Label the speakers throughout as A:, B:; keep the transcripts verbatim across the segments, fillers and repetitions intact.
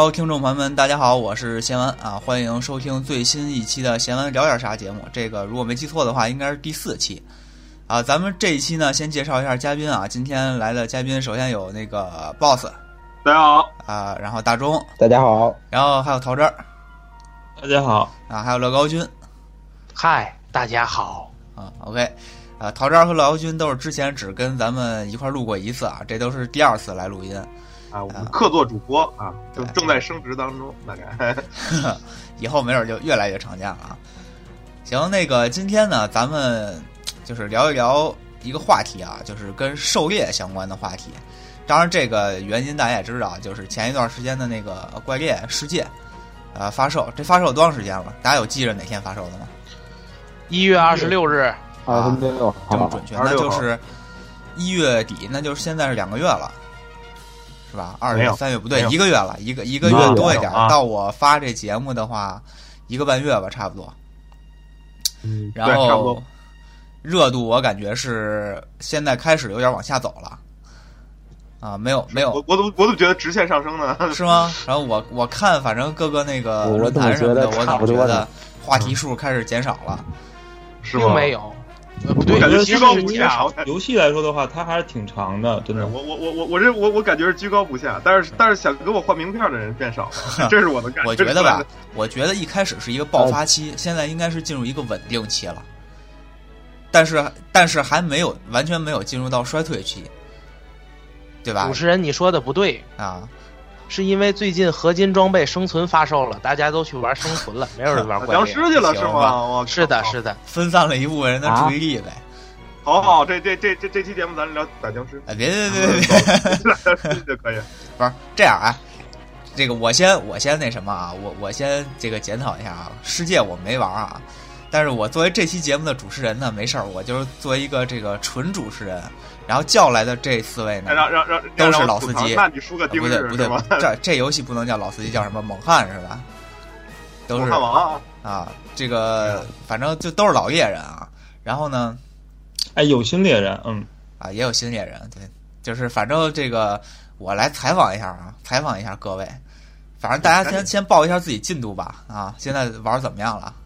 A: Hello， 听众朋友们，大家好，我是贤文啊，欢迎收听最新一期的贤文聊点啥节目。这个如果没记错的话，应该是第四期啊。咱们这一期呢，先介绍一下嘉宾啊。今天来的嘉宾，首先有那个 Boss，
B: 大家好
A: 啊，然后大钟，
C: 大家好，
A: 然后还有陶真，
D: 大家好
A: 啊，还有乐高君，
E: 嗨，大家好
A: 啊。OK， 啊，陶真和乐高君都是之前只跟咱们一块录过一次啊，这都是第二次来录音。
B: 啊，我们客座主播啊，就正在升职当中，大概
A: 以后没准就越来越常见了啊。行，那个今天呢，咱们就是聊一聊一个话题啊，就是跟狩猎相关的话题。当然，这个原因大家也知道，就是前一段时间的那个《怪猎世界》呃发售，这发售多长时间了？大家有记着哪天发售的吗？
E: 一月二十六日，
C: 二十六，
A: 这么准确，那就是一月底，那就是现在是两个月了。是吧？二月、三月不对，一个月了，一个一个月多一点。到我发这节目的话，一个半月吧，差不多。
B: 嗯，
A: 然后热度我感觉是现在开始有点往下走了。啊，没有没有，
B: 我我都我都觉得直线上升呢，
A: 是吗？然后我我看，反正各个那个论坛什么的，我总觉得话题数开始减少了，
B: 是吗？
E: 并没有。
D: 呃，
B: 不对，感觉居高不下。
D: 游戏来说的话，它还是挺长的，真的。
B: 我我我我我这我我感觉是居高不下，但是但是想给我换名片的人变少了，这是我的感觉。
A: 我觉得吧，我觉得一开始是一个爆发期，现在应该是进入一个稳定期了，但是但是还没有完全没有进入到衰退期，对吧？
E: 主持人，你说的不对
A: 啊。
E: 是因为最近合金装备生存发售了，大家都去玩生存了，没有人玩怪猎。
B: 僵尸去了是吗？
E: 是的，是的，
A: 分散了一部分人的注意力呗。
B: 好好，这这这这这期节目咱聊打僵尸。
A: 哎，别别别别别，
B: 就可以。
A: 不是这样啊，这个我先我先那什么啊，我我先这个检讨一下啊，世界我没玩啊，但是我作为这期节目的主持人呢，没事儿，我就是作为一个这个纯主持人。然后叫来的这四位呢，
B: 让让让
A: 都是老司机。
B: 那你输个丁
A: 日不对不对，这这游戏不能叫老司机，叫什么猛汉是吧？都是
B: 猛汉王
A: 啊，这个反正就都是老猎人啊。然后呢，
D: 哎，有新猎人，嗯
A: 啊，也有新猎人，对，就是反正这个我来采访一下啊，采访一下各位。反正大家先先报一下自己进度吧啊，现在玩怎么样了？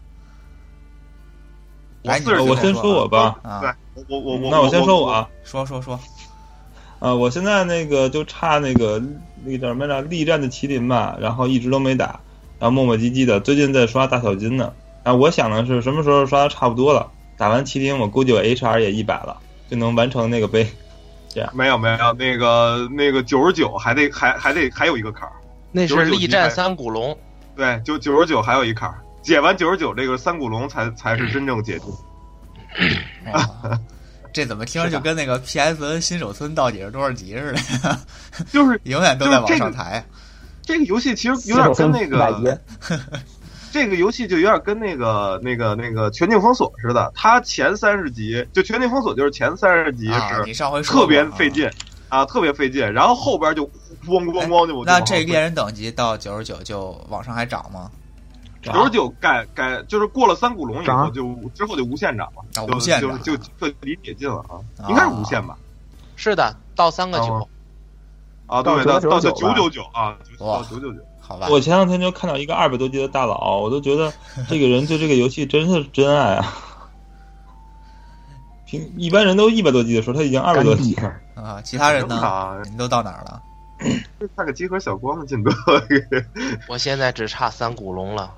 B: 我
D: 我先说我吧，
A: 啊，
B: 我我我，
D: 那我先说我啊，
A: 说说说，
D: 啊，我现在那个就差那个那个叫什么来着，力战的麒麟吧，然后一直都没打，然后磨磨唧唧的，最近在刷大小金呢。啊，我想的是什么时候刷的差不多了，打完麒麟，我估计我 H R 也一百了，就能完成那个杯。这样
B: 没有没有，那个那个九十九还得还还得还有一个坎儿，
E: 那是力战三古龙。
B: 对，就九十九还有一坎儿。解完九十九，这个三古龙才才是真正解决。
A: 哦、这怎么听着就跟那个 P S N 新手村到底是多少级似的？
B: 就是
A: 永远都在往上抬。
B: 这个游戏其实有点跟那个，这个游戏就有点跟那个那个那个全境封锁似的。它前三十级就全境封锁，就是前三十级是特别费劲啊，特别费劲，然后后边就咣咣咣就。
A: 那这猎人等级到九十九就往上还涨吗？
B: 九十九改改就是过了三古龙以后就之后就无限涨了，
A: 啊、无限
B: 涨就就彻底解禁了啊，应该是无限吧？
E: 是的，到三个九
B: 啊，对，到到九九九啊，到九九九，
A: 好吧。
D: 我前两天就看到一个二百多级的大佬，我都觉得这个人对这个游戏真是真爱啊！平一般人都一百多级的时候，他已经二百多级了
A: 啊。其他人呢？你们都到哪儿了？
B: 看个集合小光的进度。
E: 我现在只差三古龙了。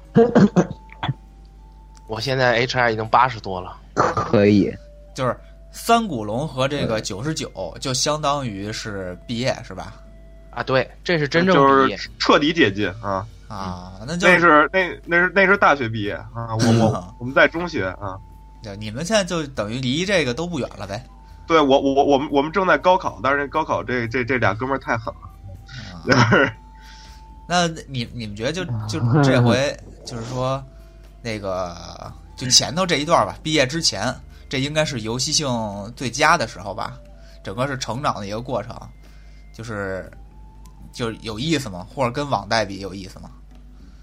E: 我现在 H R 已经八十多了。
C: 可以，
A: 就是三古龙和这个九十九，就相当于是毕业是吧？
E: 啊，对，这是真正毕业，
B: 就是彻底解禁啊
A: 啊！那就是、
B: 那是那那是那是大学毕业啊，我我我们在中学啊。
A: 对，你们现在就等于离这个都不远了呗。
B: 对我我我们我们正在高考，但是高考这这这俩哥们儿太狠了。就是
A: 那你你们觉得就就这回就是说那个就前头这一段吧，毕业之前这应该是游戏性最佳的时候吧，整个是成长的一个过程，就是就有意思吗？或者跟网代比有意思吗？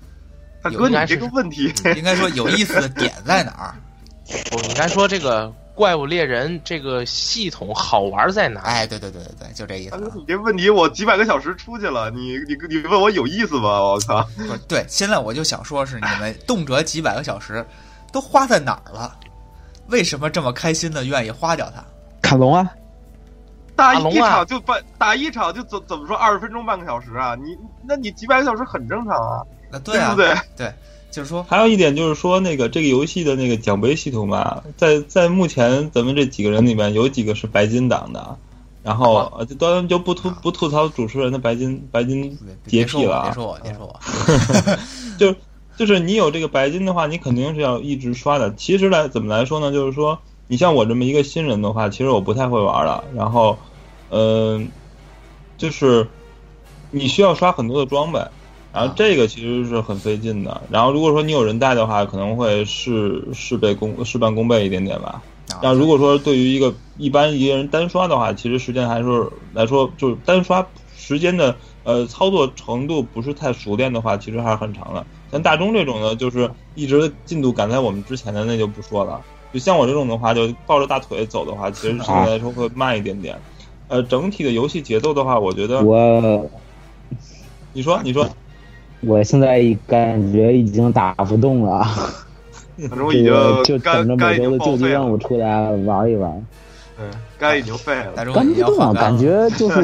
B: 大哥，你这个问题
A: 应该说有意思的点在哪儿？
E: 我应该说这个怪物猎人这个系统好玩在哪？
A: 哎，对对对对对，就这意思。
B: 你这问题我几百个小时出去了，你你你问我有意思吗？我靠！
A: 对，现在我就想说是你们动辄几百个小时，都花在哪儿了？为什么这么开心的愿意花掉它？
C: 卡龙啊，
B: 打一场就半打一场就怎怎么说二十分钟半个小时啊？你那你几百个小时很正常啊。
A: 那对啊，
B: 对不对？
A: 对。就是说，
D: 还有一点就是说，那个这个游戏的那个奖杯系统吧，在在目前咱们这几个人里面，有几个是白金党的，然后呃，就当然就不吐不吐槽主持人的白金白金洁癖了啊！
A: 别说我，别说我，
D: 就就是你有这个白金的话，你肯定是要一直刷的。其实来怎么来说呢？就是说，你像我这么一个新人的话，其实我不太会玩了。然后，嗯、呃，就是你需要刷很多的装备。然后这个其实是很费劲的，然后如果说你有人带的话，可能会事事倍功事半功倍一点点吧。然后如果说对于一个一般一个人单刷的话，其实时间还是来说，就是单刷时间的呃操作程度不是太熟练的话，其实还是很长的。像大钟这种呢，就是一直进度赶在我们之前的，那就不说了。就像我这种的话，就抱着大腿走的话，其实相对来说会慢一点点。呃，整体的游戏节奏的话，我觉得
C: 我，
D: 你说你说。
C: 我现在感觉已经打不动了，
B: 反正已经
C: 就等着每周的救济任务出来玩一玩。
B: 对，肝已经废了，
C: 干不动，感觉就是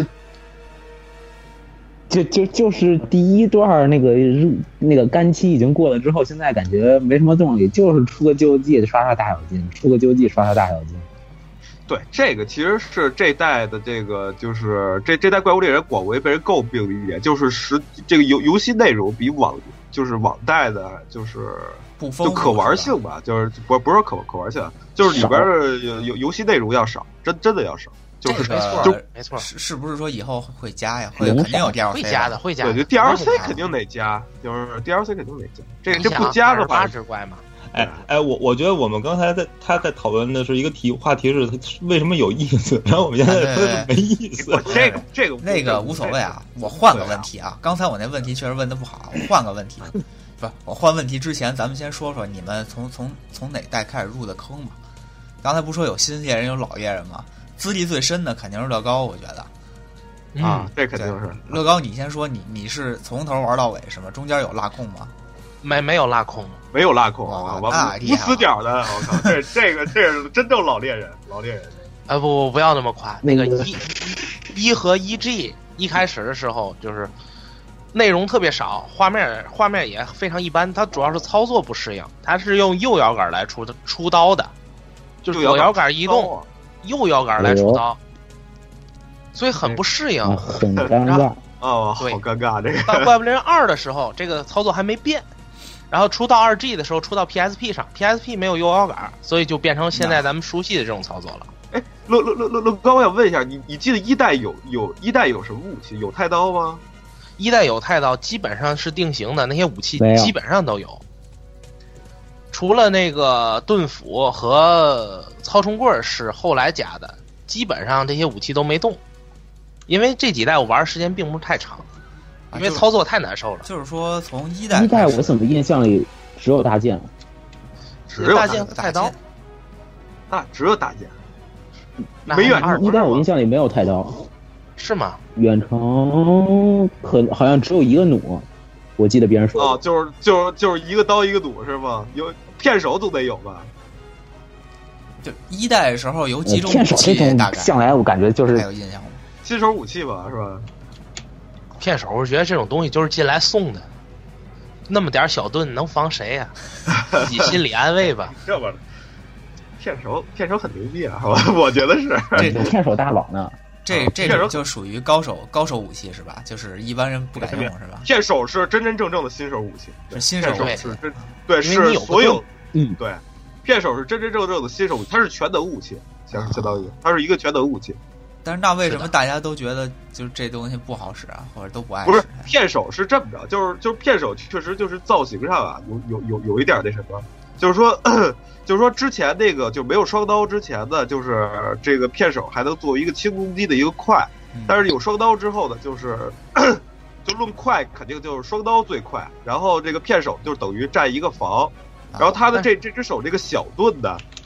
C: 就就就是第一段那个入那个干期已经过了之后，现在感觉没什么动力，就是出个救济刷刷大小金，出个救济刷刷大小金。
B: 对，这个其实是这代的这个，就是这这代怪物猎人广为被人诟病的一点，就是实这个游游戏内容比往就是往代的，就是
A: 不丰
B: 就可玩性吧，就是不不是可可玩性，就是里边的游游戏内容要少，真真的要少。就是
A: 没错，
B: 就
E: 没错，
A: 是是不是说以后会加呀？会肯定有 D L C，
E: 会加的，会加
B: 的。对，就 D L C 肯定得加，就是 D L C 肯定得加。这这不加的话，
E: 八只怪嘛。
D: 哎哎，我我觉得我们刚才在他在讨论的是一个题话题是为什么有意思，然后我们现在说的没意思。
B: 这个这个
A: 那个无所谓啊，我换个问题啊。刚才我那问题确实问的不好，我换个问题。不，我换问题之前，咱们先说说你们从从从哪代开始入的坑吧。刚才不说有新猎人有老猎人吗？资历最深的肯定是乐高，我觉得。
B: 啊，这肯定是
A: 乐高。你先说，你你是从头玩到尾是吗？中间有落空吗？
E: 没没有落空，
B: 没有落空啊！我无死角的，我靠，这这个这是真正老猎人，老猎人。
E: 啊不不不要那么夸，那个一一和一 G 一开始的时候就是内容特别少，画面画面也非常一般，它主要是操作不适应，它是用右摇杆来出出刀的，就是左摇杆移动，右摇杆来出刀，所以很不适应，
C: 很尴尬。
B: 哦，好尴尬这个。
E: 到怪物猎人二的时候，这个操作还没变。然后出到二 G 的时候，出到 P S P 上 ，P S P 没有右摇杆，所以就变成现在咱们熟悉的这种操作了。
B: 哎，乐乐乐乐乐高，我想问一下，你你记得一代有有一代有什么武器？有太刀吗？
E: 一代有太刀，基本上是定型的，那些武器基本上都有。除了那个盾斧和操虫棍是后来加的，基本上这些武器都没动，因为这几代我玩时间并不是太长。因为操作太难受了，
A: 就是说从一代
C: 一代我怎么印象里只有大剑，
B: 只有
E: 大剑和太刀，
B: 啊，只有大剑，没远程。
C: 一代我印象里没有太刀，
E: 是吗？
C: 远程可好像只有一个弩，我记得别人说
B: 哦，就是就是就是一个刀一个弩是吗？有片手总得有吧？
A: 就一代的时候有几种
C: 武器，大概向来我感觉就是
A: 还有印象吗？
B: 新手武器吧，是吧？
E: 片手，我觉得这种东西就是进来送的，那么点小盾能防谁呀、啊？自己心理安慰吧。
B: 这么，片手片手很牛逼啊！我觉得是
A: 这
C: 片手大佬呢。
A: 这这种就属于高手高手武器是吧？就是一般人不敢用是吧？
B: 片手是真真正正的新手武器，
A: 是新手武器，
B: 是真对是所有嗯对，片手是真真正正的新手武器，它是全能武器，相相当于它是一个全能武器。
A: 但是那为什么大家都觉得就是这东西不好使啊，或者都不爱使？
B: 不是片手是这么着，就是就是片手确实就是造型上啊，有有有有一点那什么，就是说就是说之前那个就没有双刀之前的，就是这个片手还能作为一个轻攻击的一个快，但是有双刀之后呢，就是就论快肯定就是双刀最快，然后这个片手就等于占一个防，然后他的这这只手这个小盾的。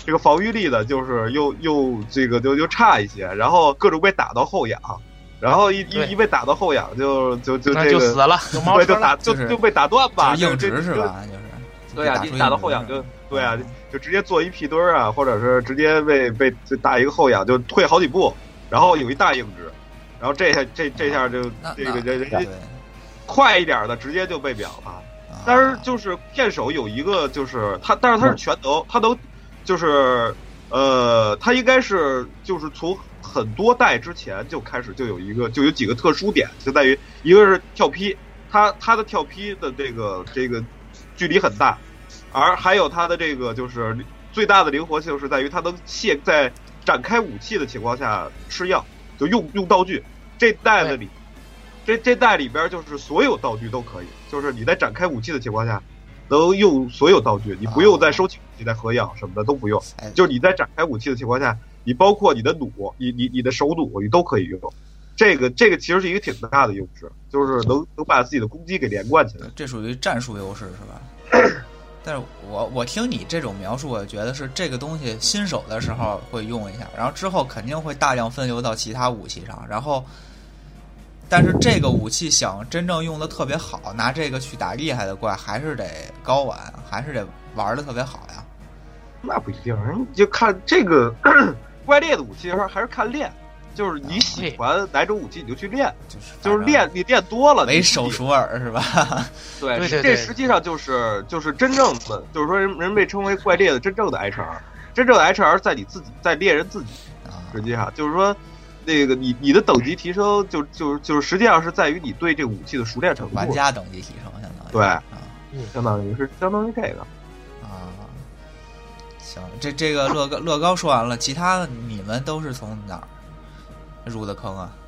B: 这个防御力的，就是又又这个就就差一些，然后各种被打到后仰，然后一一一被打到后仰就就就这个
E: 就死了，就猫
B: 就打就就被打断吧，
A: 硬直是吧？就是
B: 对啊，你打到后仰就对啊，就直接做一屁墩儿啊，或者是直接被被打一个后仰就退好几步，然后有一大硬直，然后这下这这下就这个这这快一点的直接就被秒了。但是就是片手有一个就是他，但是他是全能，他能就是呃，他应该是就是从很多代之前就开始就有一个就有几个特殊点，就在于一个是跳劈，他他的跳劈的这个这个距离很大，而还有他的这个就是最大的灵活性是在于他能卸在展开武器的情况下吃药，就用用道具。这代的里。这这代里边就是所有道具都可以，就是你在展开武器的情况下，能用所有道具，你不用再收起武器、再合养什么的都不用。就是你在展开武器的情况下，你包括你的弩、你你你的手弩，你都可以用。这个这个其实是一个挺大的优势，就是能能把自己的攻击给连贯起来。
A: 这属于战术优势是吧？但是我我听你这种描述，我觉得是这个东西新手的时候会用一下，然后之后肯定会大量分流到其他武器上，然后。但是这个武器想真正用的特别好，拿这个去打厉害的怪，还是得高玩，还是得玩的特别好呀。
B: 那不一定，你就看这个怪猎的武器还是看练，就是你喜欢哪种武器你就去练，
A: 就是
B: 就是练你练多了，
A: 为手熟耳是吧？
B: 对，
E: 对对对
B: 这实际上就是就是真正的，就是说人人被称为怪猎的真正的 H R， 真正的 H R 在你自己，在猎人自己，实际上就是说。那个你你的等级提升就就就是实际上是在于你对这个武器的熟练程度，
A: 玩家等级提升相当于
B: 对，
A: 啊，
B: 相当于是相当于这个
A: 啊。行，这这个乐高乐高说完了，其他的你们都是从哪儿入的坑啊？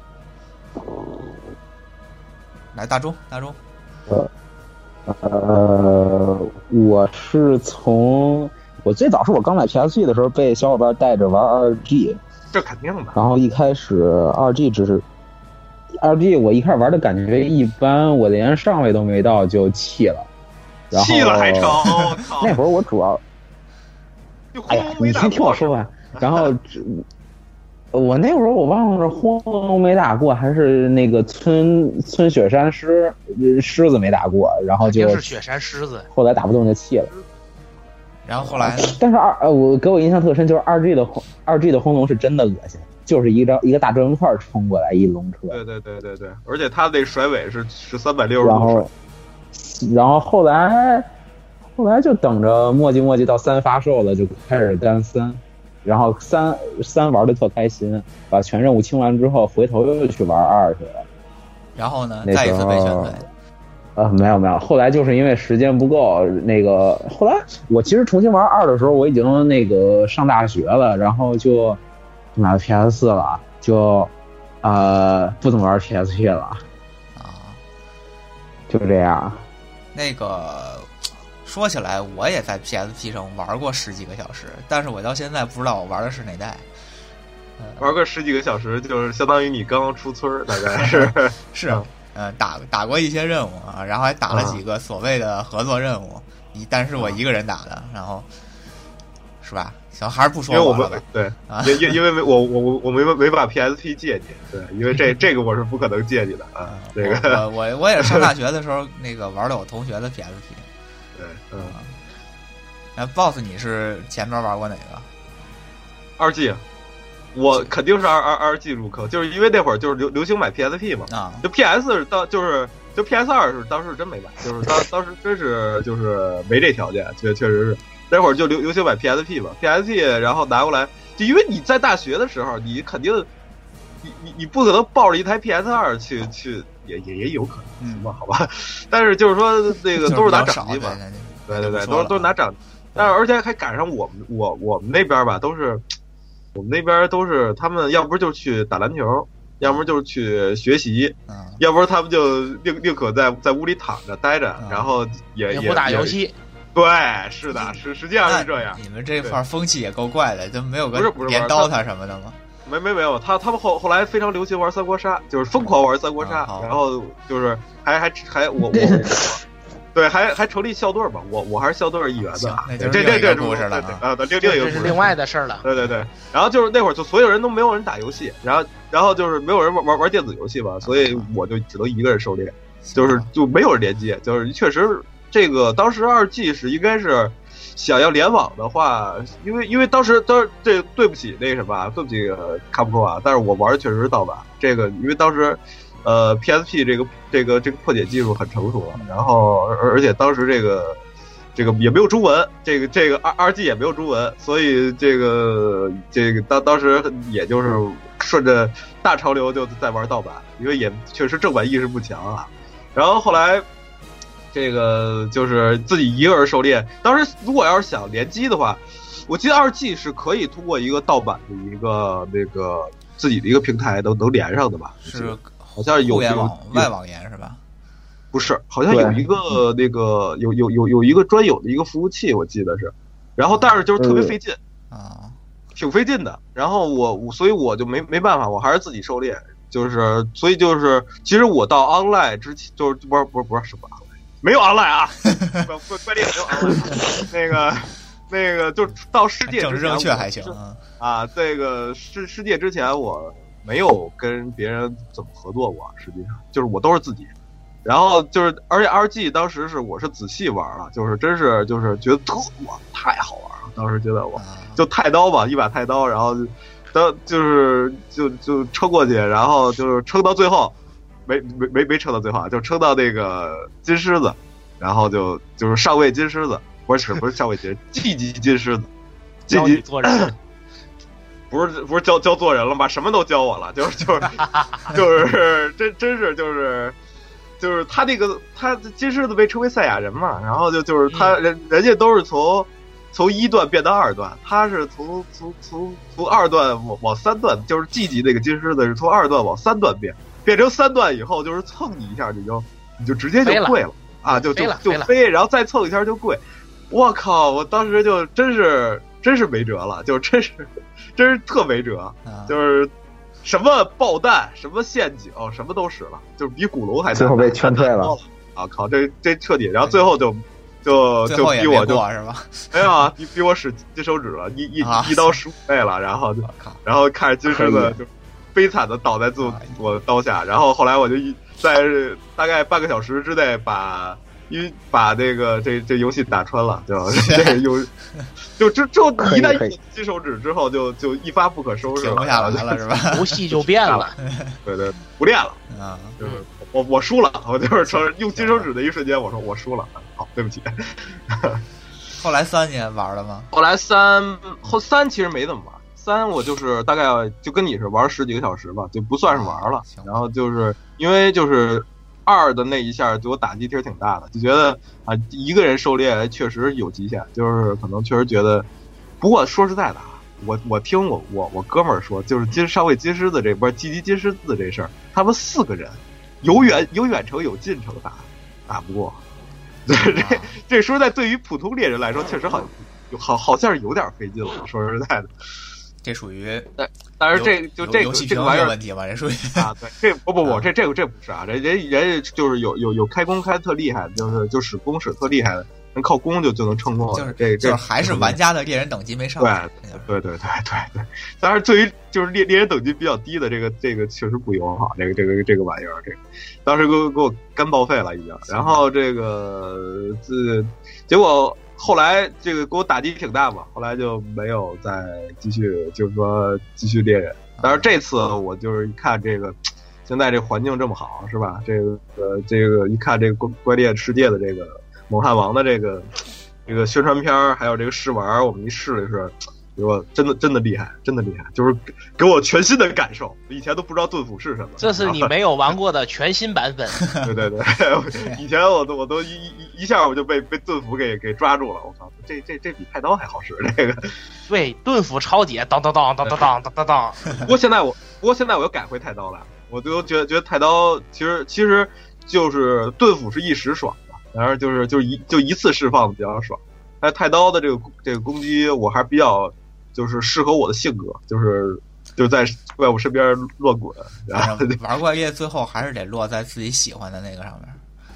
A: 来，大钟大钟，
C: 呃呃，我是从我最早是我刚买 P S P 的时候被小伙伴带着玩 二 G。
B: 这肯定的。
C: 然后一开始二 G 只是二 G， 我一开始玩的感觉一般，我连上位都没到就弃了。然后
B: 弃了还成？
C: 那会儿我主要，哎呀，你先听我说完。然后我那会儿我忘了是轰龙没打过，还是那个村村雪山狮狮子没打过，然后就是
E: 雪山狮子，
C: 后来打不动就弃了。
A: 然后后来呢？
C: 但是二呃，我给我印象特深，就是二 G 的二 G 的轰龙是真的恶心，就是一张一个大砖块冲过来一龙车。
B: 对对对对对，而且他那甩尾是是三百六十度。
C: 然后，然后后来后来就等着墨迹墨迹到三发售了，就开始干三，然后三三玩的特开心，把全任务清完之后，回头又去玩二去了。
A: 然后呢，再一次被劝退。
C: 呃，没有没有，后来就是因为时间不够，那个后来我其实重新玩二的时候，我已经那个上大学了，然后就买了 P S 四了，就呃不怎么玩 P S P 了
A: 啊，
C: 就这样。
A: 那个说起来，我也在 P S P 上玩过十几个小时，但是我到现在不知道我玩的是哪代。
B: 呃、玩个十几个小时，就是相当于你刚刚出村，大概是
A: 是。嗯呃，打打过一些任务啊，然后还打了几个所谓的合作任务，一、啊、但是我一个人打的，然后是吧？行，还是不说了。
B: 因为我们对啊，因因因为我我我我没没把 P S P 借你，对，因为这这个我是不可能借你的啊。这个
A: 我我我也是上大学的时候那个玩的我同学的 P S P。
B: 对，嗯。
A: 那 Boss 你是前边玩过哪个？
B: 二 G。我肯定是二二二 G 入坑，就是因为那会儿就是流流行买 P S P 嘛，啊，就 P S 当就是就 P S 二是当时真没买，就是当当时真是就是没这条件，确确实是那会儿就流流行买 P S P 嘛 ，P S P 然后拿过来，就因为你在大学的时候，你肯定你你你不可能抱着一台 P S 二去去，也也也有可能，行吧，好吧，但是就是说那个都是拿掌机嘛，对对对，都是都是拿掌，但是而且还赶上我们我我们那边吧都是。我们那边都是他们要不就去打篮球，要不就是去学习，嗯、要不他们就宁宁可在在屋里躺着待着，嗯、然后也
E: 也不打游戏。
B: 对，是的，是实际上是这样。
A: 你们这块风气也够怪的，就没有个连刀塔什么的吗？
B: 没没没有，他他们后后来非常流行玩三国杀，就是疯狂玩三国杀，
A: 嗯、
B: 然后就是还还还我我对，还还成立校队吧，我我还是校队一员的，
A: 这
B: 这这这
A: 故事了
B: 啊，对，另另一个
E: 这是另外的事儿了。
B: 对对对，然后就是那会儿就所有人都没有人打游戏，然后然后就是没有人玩玩玩电子游戏吧，所以我就只能一个人狩猎，就是就没有人连接，就是确实这个当时二 G 是应该是想要联网的话，因为因为当时当时这对不起那什么，对不起卡普空啊，但是我玩的确实是盗版，这个因为当时。呃 ，P S P 这个这个这个破解技术很成熟了，然后而而且当时这个这个也没有中文，这个这个二二 G 也没有中文，所以这个这个当当时也就是顺着大潮流就在玩盗版，因为也确实正版意识不强啊。然后后来这个就是自己一个人狩猎，当时如果要是想联机的话，我记得二 G 是可以通过一个盗版的一个那个自己的一个平台都能连上的吧？
A: 是。
B: 好像有
A: 有外网延是吧？
B: 不是，好像有一个那个有有有有一个专有的一个服务器，我记得是，然后但是就是特别费劲
A: 啊，
B: 挺费劲的。然后我我所以我就没没办法，我还是自己狩猎，就是所以就是其实我到 online 之前就是不是不是不是什么 online 没有 online 啊，怪怪猎没有 online， 那个那个就到世界之前
A: 政治正确还行
B: 啊，这个世世界之前我。没有跟别人怎么合作过，实际上就是我都是自己，然后就是而且 R G 当时是我是仔细玩了，就是真是就是觉得特哇太好玩了，当时觉得我就太刀吧，一把太刀，然后当就是就就撑过去，然后就是撑到最后，没没没没撑到最后啊，就撑到那个金狮子，然后就就是上位金狮子，不是不是上位金季级金狮子，
E: 教你做人。
B: 不是不是教教做人了吧？什么都教我了，就是就是就是真真是就是就是他那个他金狮子被称为赛亚人嘛，然后就就是他人人家都是从从一段变到二段，他是从从从从二段往往三段，就是 G 级那个金狮子是从二段往三段变，变成三段以后就是蹭你一下你就你就直接就跪了啊，就就就飞，然后再蹭一下就跪。我靠！我当时就真是真是没辙了，就真是真是特没辙，就是什么爆弹、什么陷阱、什么都使了，就是比古龙还难。
C: 最后被劝退了
B: 啊！靠，这这彻底，然后最后就就就逼我就是
A: 吧？
B: 没有啊，逼逼我使金手指了，一一一刀十五倍了，然后就然后看着金狮子就悲惨的倒在自我刀下，然后后来我就一在大概半个小时之内把。因为把这个这这游戏打穿了，就这个游，就就就一旦有金手指之后，就就一发不可收拾了，
A: 停不下来了是吧？
E: 游戏就变了，
B: 对对，不练了啊，就是我我输了，我就是承认用金手指的一瞬间，我说我输了，好，对不起。
A: 后来三你玩了吗？
B: 后来三后三其实没怎么玩，三我就是大概就跟你是玩十几个小时吧，就不算是玩了，然后就是因为就是。二的那一下对我打击其实挺大的，就觉得啊一个人狩猎确实有极限，就是可能确实觉得。不过说实在的啊，我我听我我我哥们儿说，就是金上位金狮子这波积极金狮子这事儿，他们四个人有远有远程有近程打打不过，对这这说实在对于普通猎人来说，确实好有好好像是有点费劲了。说实在的。
A: 这属于，
B: 但但是这就这个这个玩意儿
A: 问题吧，这属于
B: 啊，对，这不不不，这这个这不是啊，人人人就是有有有开弓开特厉害的，就是就使弓使特厉害的，能靠弓就就能成功，
A: 就是
B: 这
A: 就是还是玩家的猎人等级没上，
B: 对对对对对对，当然对于就是猎猎人等级比较低的这个这个确实不友好，这个这个这个玩意儿，这个当时给我给我干报废了已经，然后这个这结果。后来这个给我打击挺大嘛，后来就没有再继续，就是说继续猎人。但是这次我就是一看这个，现在这环境这么好，是吧？这个呃，这个一看这个怪猎世界的这个猛汉王的这个这个宣传片，还有这个试玩，我们一试的是，给我真的真的厉害，真的厉害，就是给我全新的感受，以前都不知道盾斧是什么。
E: 这是你没有玩过的全新版本。
B: 对对对，以前我都我都一一一下我就被被盾斧给给抓住了，我靠，这这这比太刀还好使，这个。
E: 对，盾斧超解，当当当当当当当当当。
B: 不过现在我不过现在我又改回太刀了，我就觉得觉得太刀其实其实就是盾斧是一时爽的，然后就是就一就一次释放的比较爽，但太刀的这个这个攻击我还比较。就是适合我的性格，就是就在怪物身边乱滚。然后
A: 玩怪猎最后还是得落在自己喜欢的那个上面。
B: 对对对，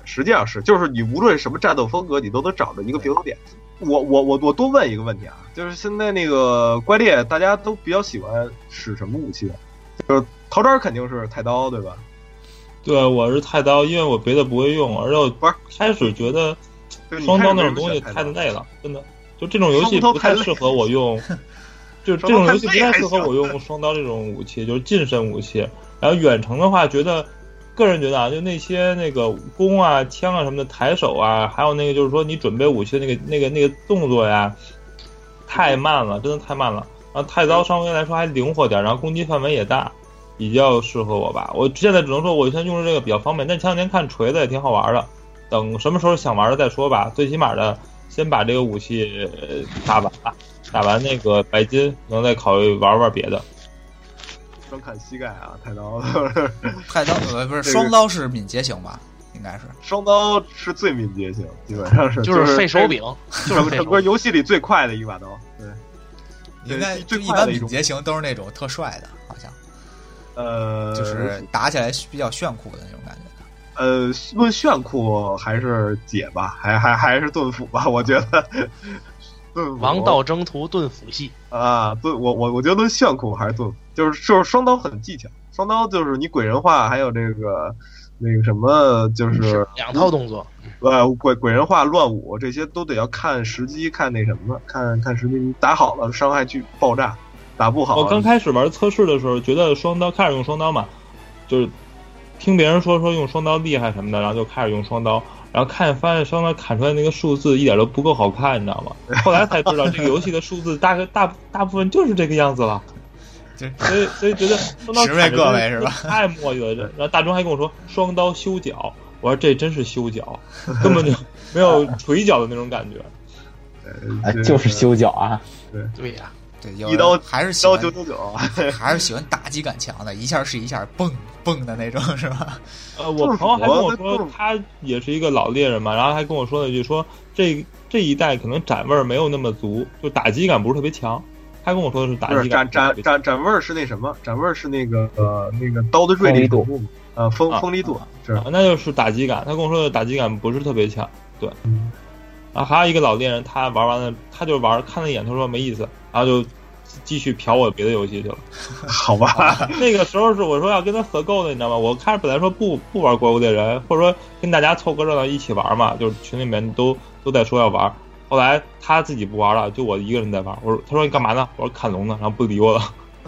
B: 实际上是，就是你无论什么战斗风格，你都能找着一个平衡点。我我我我多问一个问题啊，就是现在那个怪猎，大家都比较喜欢使什么武器？就是桃渣肯定是太刀，对吧？
D: 对，我是太刀，因为我别的不会用，而且我开始觉得双刀那种东西太累了，真的，就这种游戏不太适合我用。就这种游戏不太适合我用双刀这种武器，就是近身武器。然后远程的话，觉得个人觉得啊，就那些那个弓啊、枪啊什么的抬手啊，还有那个就是说你准备武器的那个那个那个动作呀，太慢了，真的太慢了。然后太刀稍微来说还灵活点，然后攻击范围也大，比较适合我吧。我现在只能说我现在用的这个比较方便，但前两天看锤子也挺好玩的。等什么时候想玩的再说吧，最起码的先把这个武器打完吧。打完那个白金，能再考虑玩玩别的。
B: 双砍膝盖啊，太刀，
A: 太刀呃不是双刀是敏捷型吧？应该是
B: 双刀是最敏捷型，基本上是
E: 就是废手柄，就是
B: 整个游戏里最快的一把刀。对，
A: 应该就一般敏捷型都是那种特帅的，好像。
B: 呃，
A: 就是打起来比较炫酷的那种感觉。
B: 呃，论炫酷还是解吧，还还还是盾斧吧，我觉得。
E: 王道征途盾斧系
B: 啊，盾我我我觉得论炫酷还是盾斧，就是就是双刀很技巧，双刀就是你鬼人化，还有这个那个什么，就是
E: 两套动作，
B: 呃鬼鬼人化乱舞这些都得要看时机，看那什么，看看时机，你打好了伤害去爆炸，打不好。
D: 我刚开始玩测试的时候，觉得双刀开始用双刀嘛，就是听别人说说用双刀厉害什么的，然后就开始用双刀。然后看发现双刀砍出来那个数字一点都不够好看，你知道吗？后来才知道这个游戏的数字大概大大部分就是这个样子了，所以所以觉得双刀砍
A: 各位是吧？
D: 太墨迹了。然后大钟还跟我说双刀修脚，我说这真是修脚，根本就没有捶脚的那种感觉。
C: 哎，就是修脚啊！
B: 对
E: 对呀、啊。
A: 对，
B: 一刀
A: 还是喜欢
B: 九九九，
A: 还是喜欢打击感强的，一下是一下蹦蹦的那种，是吧？
D: 呃，我朋友还跟我说，他也是一个老猎人嘛，然后还跟我说了一句说，这这一代可能展味没有那么足，就打击感不是特别强。他跟我说的是打击感。
B: 展展展展味是那什么？展味是那个呃那个刀的锐利度，呃锋锋利度是、
D: 啊，那就是打击感。他跟我说的打击感不是特别强，对。嗯然后还有一个老猎人，他玩完了，他就玩看了一眼，他说没意思，然后就继续嫖我别的游戏去了。
B: 好吧，
D: 那个时候是我说要跟他合购的，你知道吗？我开始本来说不不玩怪物猎人，或者说跟大家凑个热闹一起玩嘛，就是群里面都都在说要玩。后来他自己不玩了，就我一个人在玩。我说他说你干嘛呢？我说砍龙呢，然后不理我了。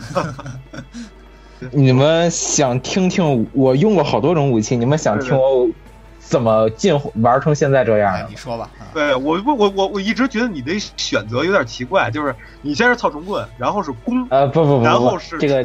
C: 你们想听听我用过好多种武器？你们想听我？怎么进玩成现在这样、
A: 哎？你说吧。
B: 对我我我我一直觉得你的选择有点奇怪，就是你先是操虫棍，然后是弓，
C: 呃不不不，
B: 然后是
C: 这个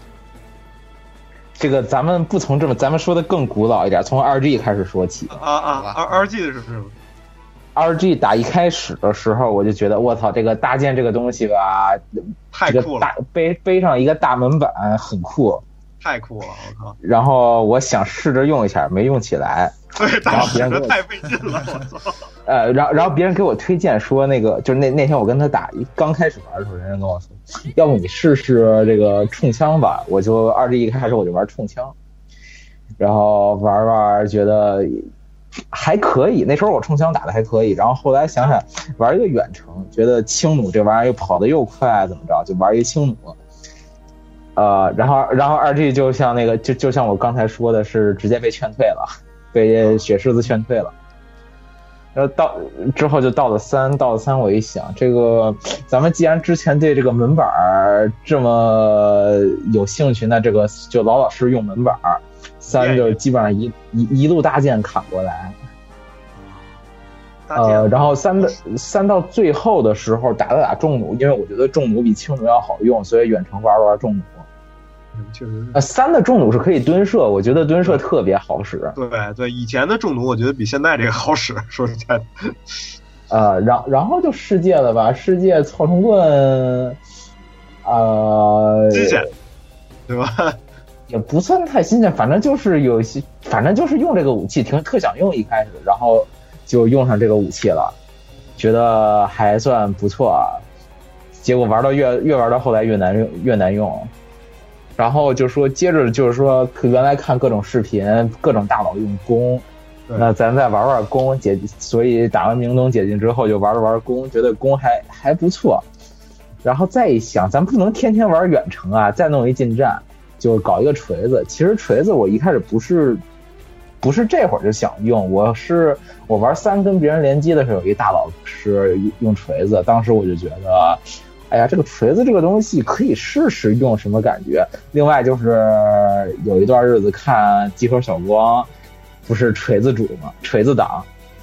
C: 这个咱们不从这么，咱们说的更古老一点，从 二 G 开始说起。
B: 啊啊，二二 G 的是什么？
C: 二 G 打一开始的时候，我就觉得我操，这个搭建这个东西吧，
B: 太酷了，
C: 大背背上一个大门板很酷。
B: 太酷了，我靠！
C: 然后我想试着用一下，没用起来。
B: 对，
C: 然后别人给我
B: 太费劲了，我操！
C: 呃，然后然后别人给我推荐说，那个就是那那天我跟他打，刚开始玩的时候，人家跟我说，要不你试试这个冲枪吧。我就二 G 一开始我就玩冲枪，然后玩玩觉得还可以。那时候我冲枪打的还可以，然后后来想想玩一个远程，觉得轻弩这玩意儿又跑得又快，怎么着就玩一轻弩。呃，然后，然后二 G 就像那个，就就像我刚才说的是，直接被劝退了，被雪狮子劝退了。然后到之后就到了三，到了三，我一想，这个咱们既然之前对这个门板这么有兴趣，那这个就老老实实用门板，三就基本上一一一路大剑砍过来。呃，然后三的三到最后的时候打了打重弩，因为我觉得重弩比轻弩要好用，所以远程玩了玩重弩。
B: 确实是。
C: 呃，三的重弩是可以蹲射，我觉得蹲射特别好使。
B: 对对，以前的重弩我觉得比现在这个好使，说实在的。
C: 呃，然然后就世界了吧，世界操虫棍，呃，
B: 新鲜，对吧？
C: 也不算太新鲜，反正就是有些，反正就是用这个武器，挺特想用一开始，然后就用上这个武器了，觉得还算不错啊。结果玩到越越玩到后来越难用，越难用。然后就说接着就是说，原来看各种视频，各种大佬用弓， 那咱再玩玩弓解，所以打完明东解禁之后就玩了玩弓，觉得弓还还不错。然后再一想，咱不能天天玩远程啊，再弄一近战，就搞一个锤子。其实锤子我一开始不是不是这会儿就想用，我是我玩三跟别人联机的时候，有一大佬是用锤子，当时我就觉得，哎呀，这个锤子这个东西可以试试用什么感觉。另外就是有一段日子看集合小光。不是锤子主吗？锤子党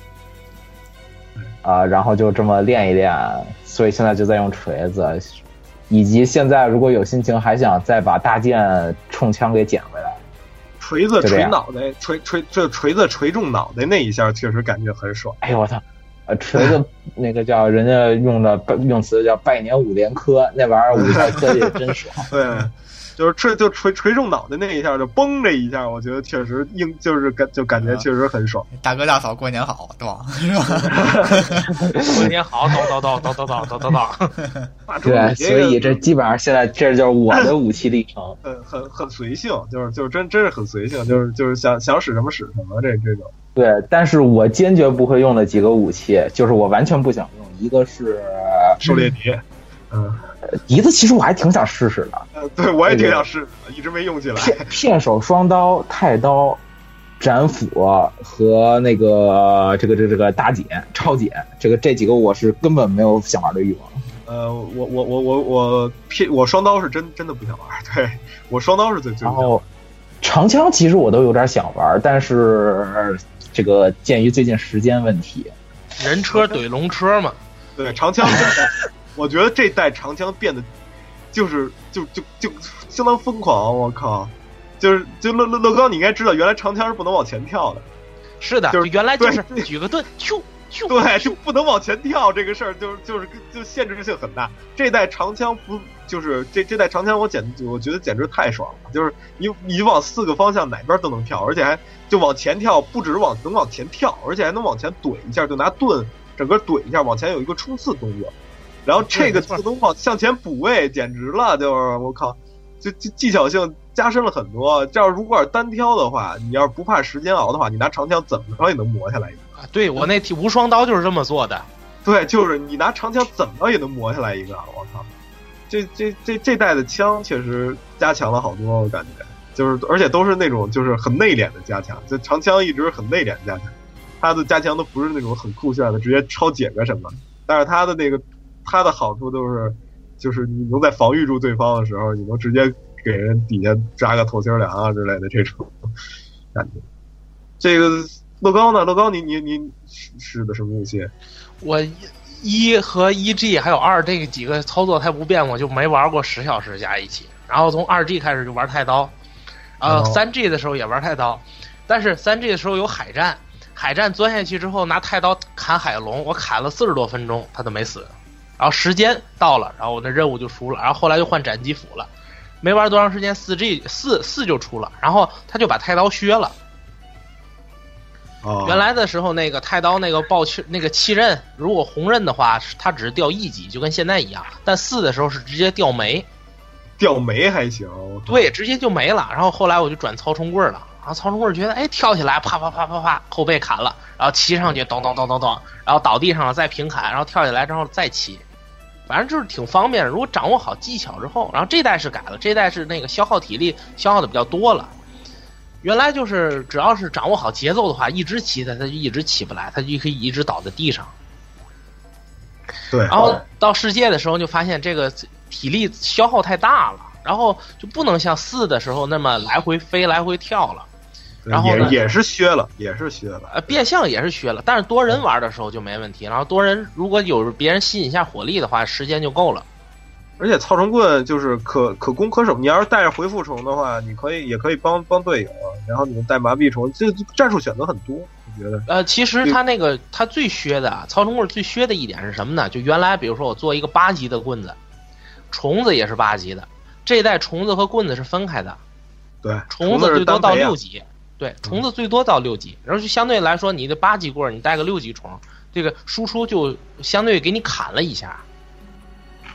C: 啊、呃，然后就这么练一练，所以现在就在用锤子，以及现在如果有心情，还想再把大剑冲枪给捡回来。
B: 锤子锤脑袋，锤锤这锤子锤中脑袋那一下，确实感觉很爽。
C: 哎呦我操！呃，锤子那个叫人家用的用词叫百年五连磕，那玩意儿五下磕也真爽。
B: 对。就是锤就锤锤中脑袋那一下，就嘣这一下，我觉得确实硬，就是感就感觉确实很爽。
A: 大哥大嫂过年好，对吧？是吧？
E: 过年好，叨叨叨叨叨叨叨叨。
C: 对，所以这基本上现在这就是我的武器历程。
B: 很很很随性，就是就是真真是很随性，就是就是想想使什么使什么这这种。
C: 对，但是我坚决不会用的几个武器，就是我完全不想用，一个是
B: 狩猎笛，嗯。
C: 笛子其实我还挺想试试的，
B: 呃，对我也挺想试的，一直没用起来。
C: 片片手双刀、太刀、斩斧和那个这个这个这个大剪、超剪，这个这几个我是根本没有想玩的欲望。
B: 呃，我我我我我片我双刀是真真的不想玩，对我双刀是最最。
C: 然后长枪其实我都有点想玩，但是这个鉴于最近时间问题，
E: 人车怼龙车嘛，
B: 对长枪真的。我觉得这代长枪变得，就是就就就相当疯狂，我靠！就是就乐乐乐高，你应该知道，原来长枪是不能往前跳的。
E: 是的，
B: 就是
E: 原来就是举个盾，咻咻，
B: 对，就不能往前跳，这个事儿就是就是就限制性很大。这代长枪不就是这这代长枪，我简我觉得简直太爽了，就是你你往四个方向哪边都能跳，而且还就往前跳，不只是往能往前跳，而且还能往前怼一下，就拿盾整个怼一下，往前有一个冲刺动作。然后这个自动往向前补位，简直了，就是我靠，就就技巧性加深了很多。这要如果是单挑的话，你要是不怕时间熬的话，你拿长枪怎么着也能磨下来一个。
E: 啊，对我那无双刀就是这么做的。
B: 对，就是你拿长枪怎么也能磨下来一个。我靠，这这这这代的枪确实加强了好多，我感觉就是而且都是那种就是很内敛的加强，就长枪一直很内敛的加强，它的加强都不是那种很酷炫的，直接超解个什么，但是它的那个。它的好处都是，就是你能在防御住对方的时候，你能直接给人底下扎个透心凉啊之类的这种感觉。这个乐高呢？乐高你你你使的什么武器？
E: 我一和一 G 还有二这个几个操作太不便，我就没玩过十小时加一起。然后从二 G 开始就玩太刀，呃，三 G 的时候也玩太刀，但是三 G 的时候有海战，海战钻下去之后拿太刀砍海龙，我砍了四十多分钟，他都没死。然后时间到了，然后我那任务就出了，然后后来就换斩击斧了，没玩多长时间，四 G 四四就出了，然后他就把太刀削了。
B: 哦，
E: 原来的时候那个太刀那个爆气那个气刃，如果红刃的话，它只是掉一级，就跟现在一样。但四的时候是直接掉没，
B: 掉没还行，
E: 对，直接就没了。然后后来我就转操冲棍了，然后操冲棍觉得哎跳起来啪啪啪啪啪后背砍了，然后骑上去咚咚咚咚咚，然后倒地上了再平砍，然后跳起来之后再骑。反正就是挺方便的，如果掌握好技巧之后，然后这代是改了，这代是那个消耗体力消耗的比较多了。原来就是只要是掌握好节奏的话，一直骑它，它就一直起不来，它就可以一直倒在地上。
B: 对。
E: 然后到世界的时候就发现这个体力消耗太大了，然后就不能像四的时候那么来回飞、来回跳了。然后
B: 也也是削了，也是削了，
E: 呃，变相也是削了，但是多人玩的时候就没问题。然后多人如果有别人吸引一下火力的话，时间就够了。
B: 而且操虫棍就是可可攻可守，你要是带着回复虫的话，你可以也可以帮帮队友，然后你带麻痹虫，这战术选择很多，我觉得。
E: 呃，其实他那个他最削的操虫棍最削的一点是什么呢？就原来比如说我做一个八级的棍子，虫子也是八级的，这一代虫子和棍子是分开的。
B: 对，
E: 虫子最多到六级。对，虫子最多到六级，然后就相对来说，你的八级棍你带个六级虫，这个输出就相对给你砍了一下，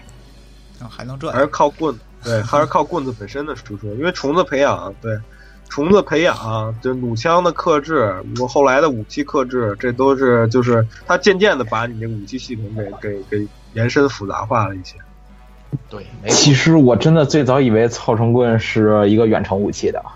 A: 还能赚，
B: 还是靠棍子，对，还是靠棍子本身的输出，因为虫子培养，对， 虫子培养，就弩枪的克制，我后来的武器克制，这都是就是它渐渐的把你这个武器系统给给给延伸复杂化了一些。
E: 对，
C: 其实我真的最早以为操绳棍是一个远程武器的。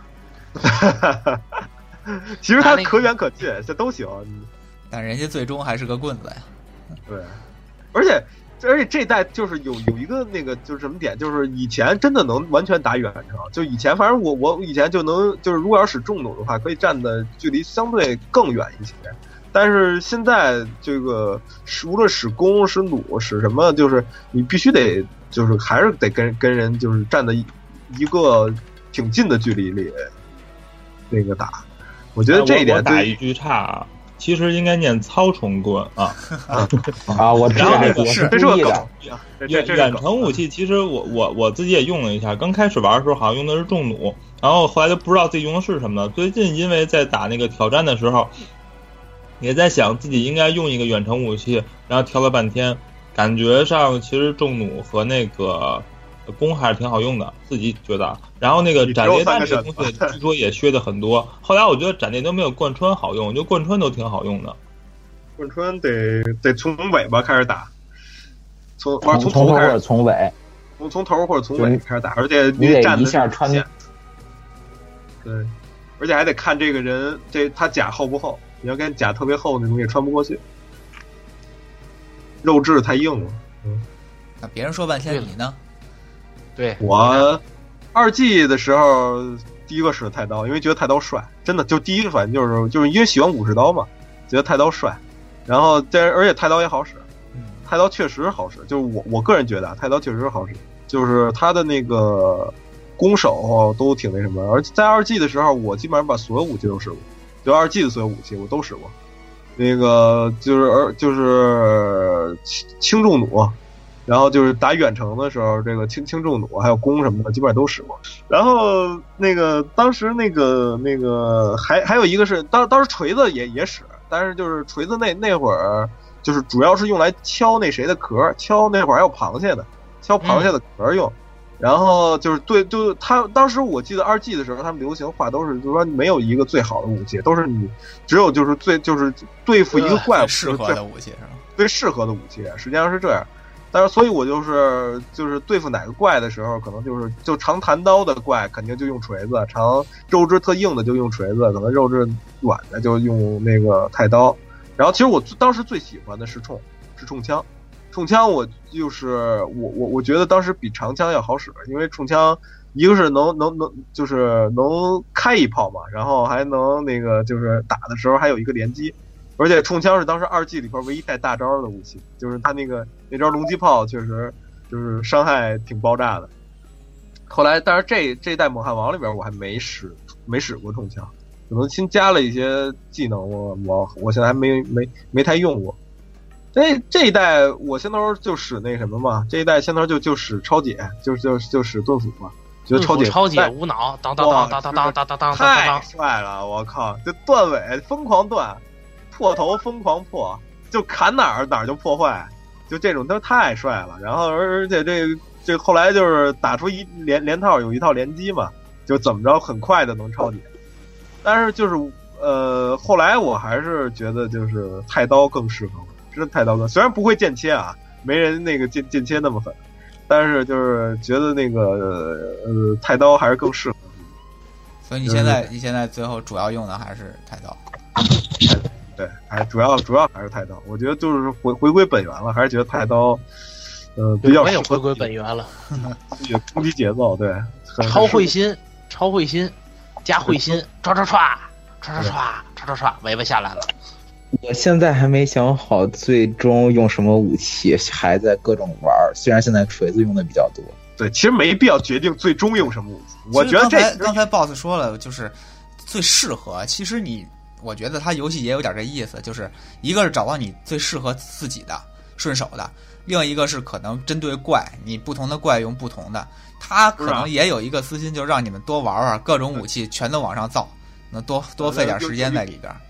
B: 其实它可远可近，这都行。
A: 但人家最终还是个棍子呀。
B: 对，而且而且这代就是有有一个那个就是什么点，就是以前真的能完全打远程，就以前反正我我以前就能就是如果要使重弩的话，可以站的距离相对更远一些。但是现在这个无论使弓使弩使什么，就是你必须得就是还是得跟跟人就是站在一个挺近的距离里那个打。我觉得这一点
D: 我打一句岔啊，其实应该念操虫棍啊
C: 啊！我知道
B: 这是这是个梗。
D: 远远程武器其实我我我自己也用了一下，刚开始玩的时候好像用的是重弩，然后后来就不知道自己用的是什么了。最近因为在打那个挑战的时候，也在想自己应该用一个远程武器，然后调了半天，感觉上其实重弩和那个弓还是挺好用的，自己觉得。然后那个斩猎弹这个东西据说也削的很多，后来我觉得斩猎都没有贯穿好用，我觉得贯穿都挺好用的。
B: 贯穿得得从尾巴开始打，从
C: 从
B: 从
C: 头或者从尾，
B: 从从头或者从尾开始打，而且
C: 你得
B: 站
C: 一下穿。
B: 对，而且还得看这个人这他甲厚不厚，你要跟甲特别厚那种也穿不过去，肉质太硬了。嗯，
A: 那别人说半天你呢？
E: 对，
B: 我二 G 的时候第一个使太刀，因为觉得太刀帅，真的就第一个反应就是就是因为喜欢武士刀嘛，觉得太刀帅，然后但而且太刀也好使，太刀确实好使，就是我我个人觉得啊，太刀确实好使，就是它的那个攻守都挺那什么，而在二 G 的时候，我基本上把所有武器都使过，就二 G 的所有武器我都使过，那个就是而就是轻重弩。然后就是打远程的时候，这个轻轻重弩还有弓什么的，基本上都使过。然后那个当时那个那个还还有一个是当当时锤子也也使，但是就是锤子那那会儿就是主要是用来敲那谁的壳，敲那会儿还有螃蟹的，敲螃蟹的壳用。嗯、然后就是对，就他当时我记得二 G 的时候，他们流行话都是就是说没有一个最好的武器，都是你只有就是最就是对付一个怪物
A: 适合的武器是吧？
B: 最适合的武器，实际上是这样。但是，所以我就是就是对付哪个怪的时候，可能就是就长弹刀的怪，肯定就用锤子；长肉质特硬的就用锤子，可能肉质软的就用那个太刀。然后，其实我当时最喜欢的是冲，是冲枪。冲枪我就是我我我觉得当时比长枪要好使，因为冲枪一个是能能能就是能开一炮嘛，然后还能那个就是打的时候还有一个连击。而且冲枪是当时二 G 里边唯一带大招的武器，就是他那个那招龙击炮确实就是伤害挺爆炸的。后来，但是这这一代猛汉王里边我还没使没使过冲枪，可能新加了一些技能，我我我现在还没没没太用过。这这一代我先头就使那什么嘛，这一代先头就就使超解，就就就使盾斧嘛。觉得超解
E: 超解无脑，当当当当当当当当当，
B: 太帅了！我靠，这断尾疯狂断。破头疯狂破，就砍哪儿哪儿就破坏，就这种都太帅了。然后而且这这后来就是打出一连连套，有一套连击嘛，就怎么着很快的能超解。但是就是呃后来我还是觉得就是太刀更适合我，真的太刀更虽然不会剑切啊，没人那个剑剑切那么狠，但是就是觉得那个呃太刀还是更适合。
A: 所以你现在、就是、你现在最后主要用的还是太刀。
B: 对，还主要主要还是太刀，我觉得就是回回归本源了，还是觉得太刀，呃，比较
E: 没有回归本源了，
B: 自己的攻击节奏，对，
E: 超会心，超会心，加会心，唰唰唰，唰唰唰，唰唰唰，尾巴下来了。
C: 我现在还没想好最终用什么武器，还在各种玩，虽然现在锤子用的比较多。
B: 对，其实没必要决定最终用什么武器，我觉得这
A: 刚才刚才 boss 说了，就是最适合，其实你。我觉得他游戏也有点这意思，就是一个是找到你最适合自己的顺手的，另一个是可能针对怪，你不同的怪用不同的，他可能也有一个私心，就让你们多玩玩各种武器，全都往上造，能多多费点时间在里边。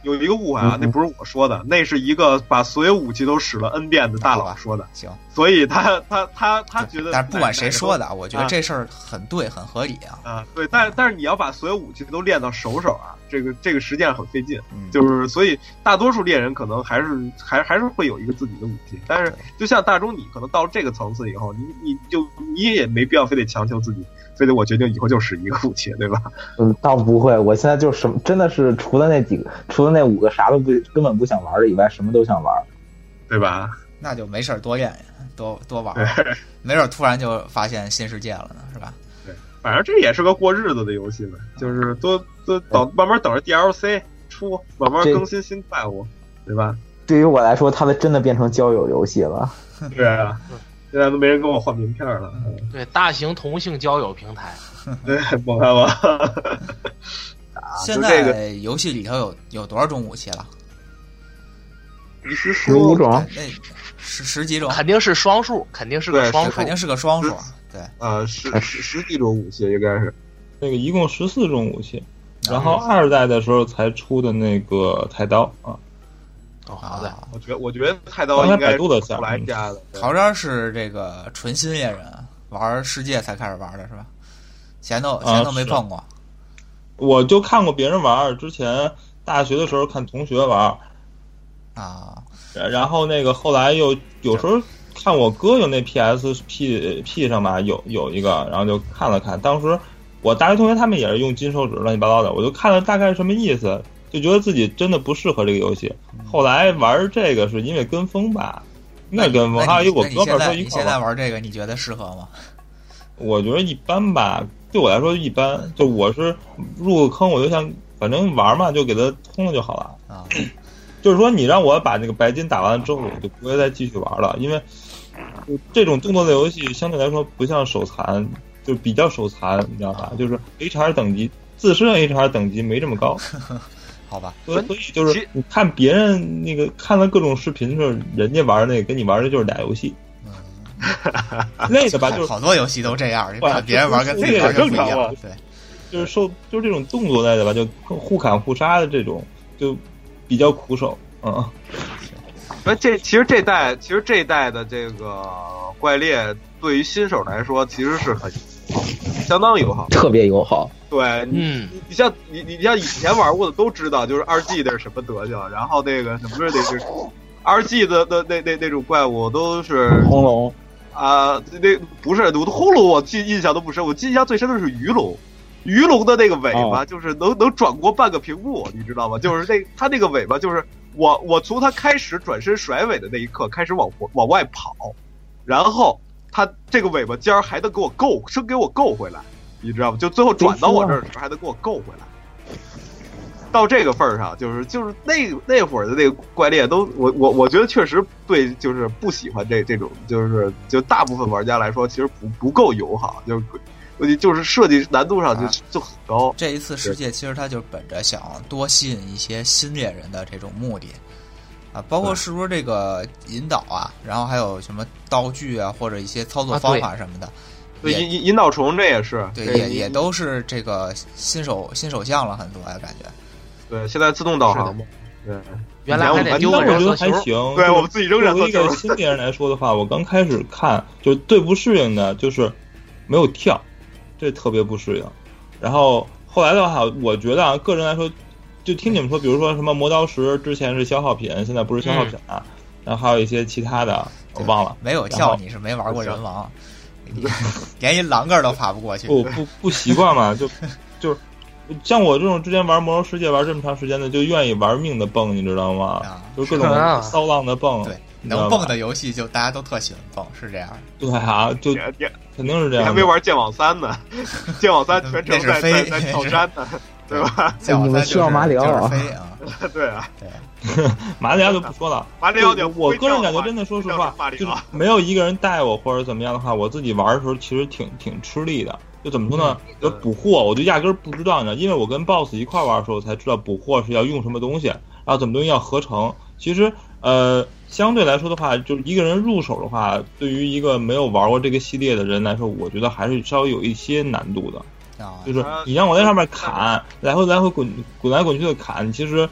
B: 有一个误会啊，那不是我说的，那是一个把所有武器都使了 N 遍的大佬说的。
A: 行，
B: 所以他他他他觉得，
A: 但是不管谁说的，我觉得这事儿很对，很合理啊。
B: 啊，对，但是但是你要把所有武器都练到手手啊，这个这个实际上很费劲，就是所以大多数猎人可能还是还还是会有一个自己的武器，但是就像大钟，你可能到了这个层次以后，你你就你也没必要非得强求自己。非得我决定以后就使一个武器，对吧？
C: 嗯，倒不会。我现在就什么，真的是除了那几个，除了那五个啥都不根本不想玩的以外，什么都想玩，
B: 对吧？
A: 那就没事多练，多多玩，没准突然就发现新世界了呢，是吧？
B: 对，反正这也是个过日子的游戏嘛，就是多多等慢慢等着 D L C 出，慢慢更新新怪物，对吧？
C: 对于我来说，它的真的变成交友游戏了。
B: 对啊。现在都没人跟我换名片了。
E: 对，大型同性交友平台。
B: 对，我看吧。
A: 现在游戏里头有有多少种武器了？
B: 十十
C: 五种，
A: 那十十几种，
E: 肯定是双数，肯定是个双数，
A: 肯定是个双数。对，
B: 呃，十十十几种武器应该是。
D: 那个一共十四种武器，然后二代的时候才出的那个太刀啊。
E: 哦，好的，
B: 我觉得我觉得太刀应该是后来加的。
A: 陶渣是这个纯新猎人，玩世界才开始玩的是吧？前头前头没碰过。
D: 我就看过别人玩，之前大学的时候看同学玩
A: 啊，
D: 然后那个后来又有时候看我哥有那 P S P P 上吧有有一个，然后就看了看。当时我大学同学他们也是用金手指乱七八糟的，我就看了大概是什么意思。就觉得自己真的不适合这个游戏，后来玩这个是因为跟风吧，应该跟风。还有一个我哥们说一块玩。
A: 你现在玩这个，你觉得适合吗？
D: 我觉得一般吧，对我来说一般。就我是入个坑，我就想反正玩嘛，就给它通了就好了。
A: 啊，
D: 就是说你让我把那个白金打完之后，我就不会再继续玩了，因为这种动作的游戏相对来说不像手残，就比较手残，你知道吧？就是 H R 等级自身 H R 等级没这么高。
A: 好吧，
D: 所以就是你看别人那个看了各种视频的时候，人家玩那个跟你玩的就是俩游戏，累的吧？就是
A: 好多游戏都这样，看别人玩跟自己玩就不一样。对，
D: 就是受就是这种动作类的吧，就互砍互杀的这种，就比较苦手。嗯，
B: 所以这其实这代其实这代的这个怪猎对于新手来说其实是很相当友好，
C: 特别友好。
B: 对，嗯，你像你你像以前玩过的都知道，就是二 G 的是什么德行，然后那个什么是那是二 G 的的那那那种怪物都是
C: 红龙
B: 啊，那不是我红龙，我记印象都不深，我印象最深的是鱼龙，鱼龙的那个尾巴就是能能转过半个屏幕，你知道吗？就是那它那个尾巴就是我我从它开始转身甩尾的那一刻开始往往外跑，然后它这个尾巴尖儿还能给我够生给我够回来。你知道吗？就最后转到我这儿的时候，还能给我够回来。到这个份儿上，就是就是那那会儿的那个怪猎都，我我我觉得确实对，就是不喜欢这这种，就是就大部分玩家来说，其实不不够友好，就是就是设计难度上就、啊、就很高。
A: 这一次世界其实它就本着想多吸引一些新猎人的这种目的啊，包括是不是这个引导啊，然后还有什么道具啊，或者一些操作方法什么的。啊
B: 对，引引导虫这也是，
A: 对，也也都是这个新手新手项了很多呀，感觉。
B: 对，现在自动导航嘛。对，
E: 原来还得丢
D: 我觉得还行。
B: 对，我们自己扔人。
D: 作为一个新猎人来说的话，我刚开始看就最不适应的就是没有跳，这特别不适应。然后后来的话，我觉得啊，个人来说，就听你们说，比如说什么磨刀石之前是消耗品，现在不是消耗品啊，嗯、然后还有一些其他的，我忘了。
A: 没有跳，你是没玩过人王。连一栏杆都爬不过去，
D: 不不不习惯嘛，就就是像我这种之前玩魔兽世界玩这么长时间的，就愿意玩命的蹦，你知道吗？啊、就是各种骚浪的蹦，
A: 对，能蹦的游戏就大家都特喜欢蹦，是这样。
D: 对啊，就肯定是这样。
B: 你还没玩剑网三呢，剑网三全程在在在跳山呢，对吧？
A: 剑网三
C: 需要马里奥
A: 啊，飞啊，
B: 对啊，
A: 对。
D: 马里奥就不说了，
B: 马里奥就
D: 我个人感觉真的，说实话，就是没有一个人带我或者怎么样的话，我自己玩的时候其实挺挺吃力的。就怎么说呢？就捕获，我就压根儿不知道呢，因为我跟 boss 一块玩的时候才知道捕获是要用什么东西，然后怎么东西要合成。其实呃，相对来说的话，就是一个人入手的话，对于一个没有玩过这个系列的人来说，我觉得还是稍微有一些难度的。就是你让我在上面砍，来回来回滚滚来滚去的砍，其实。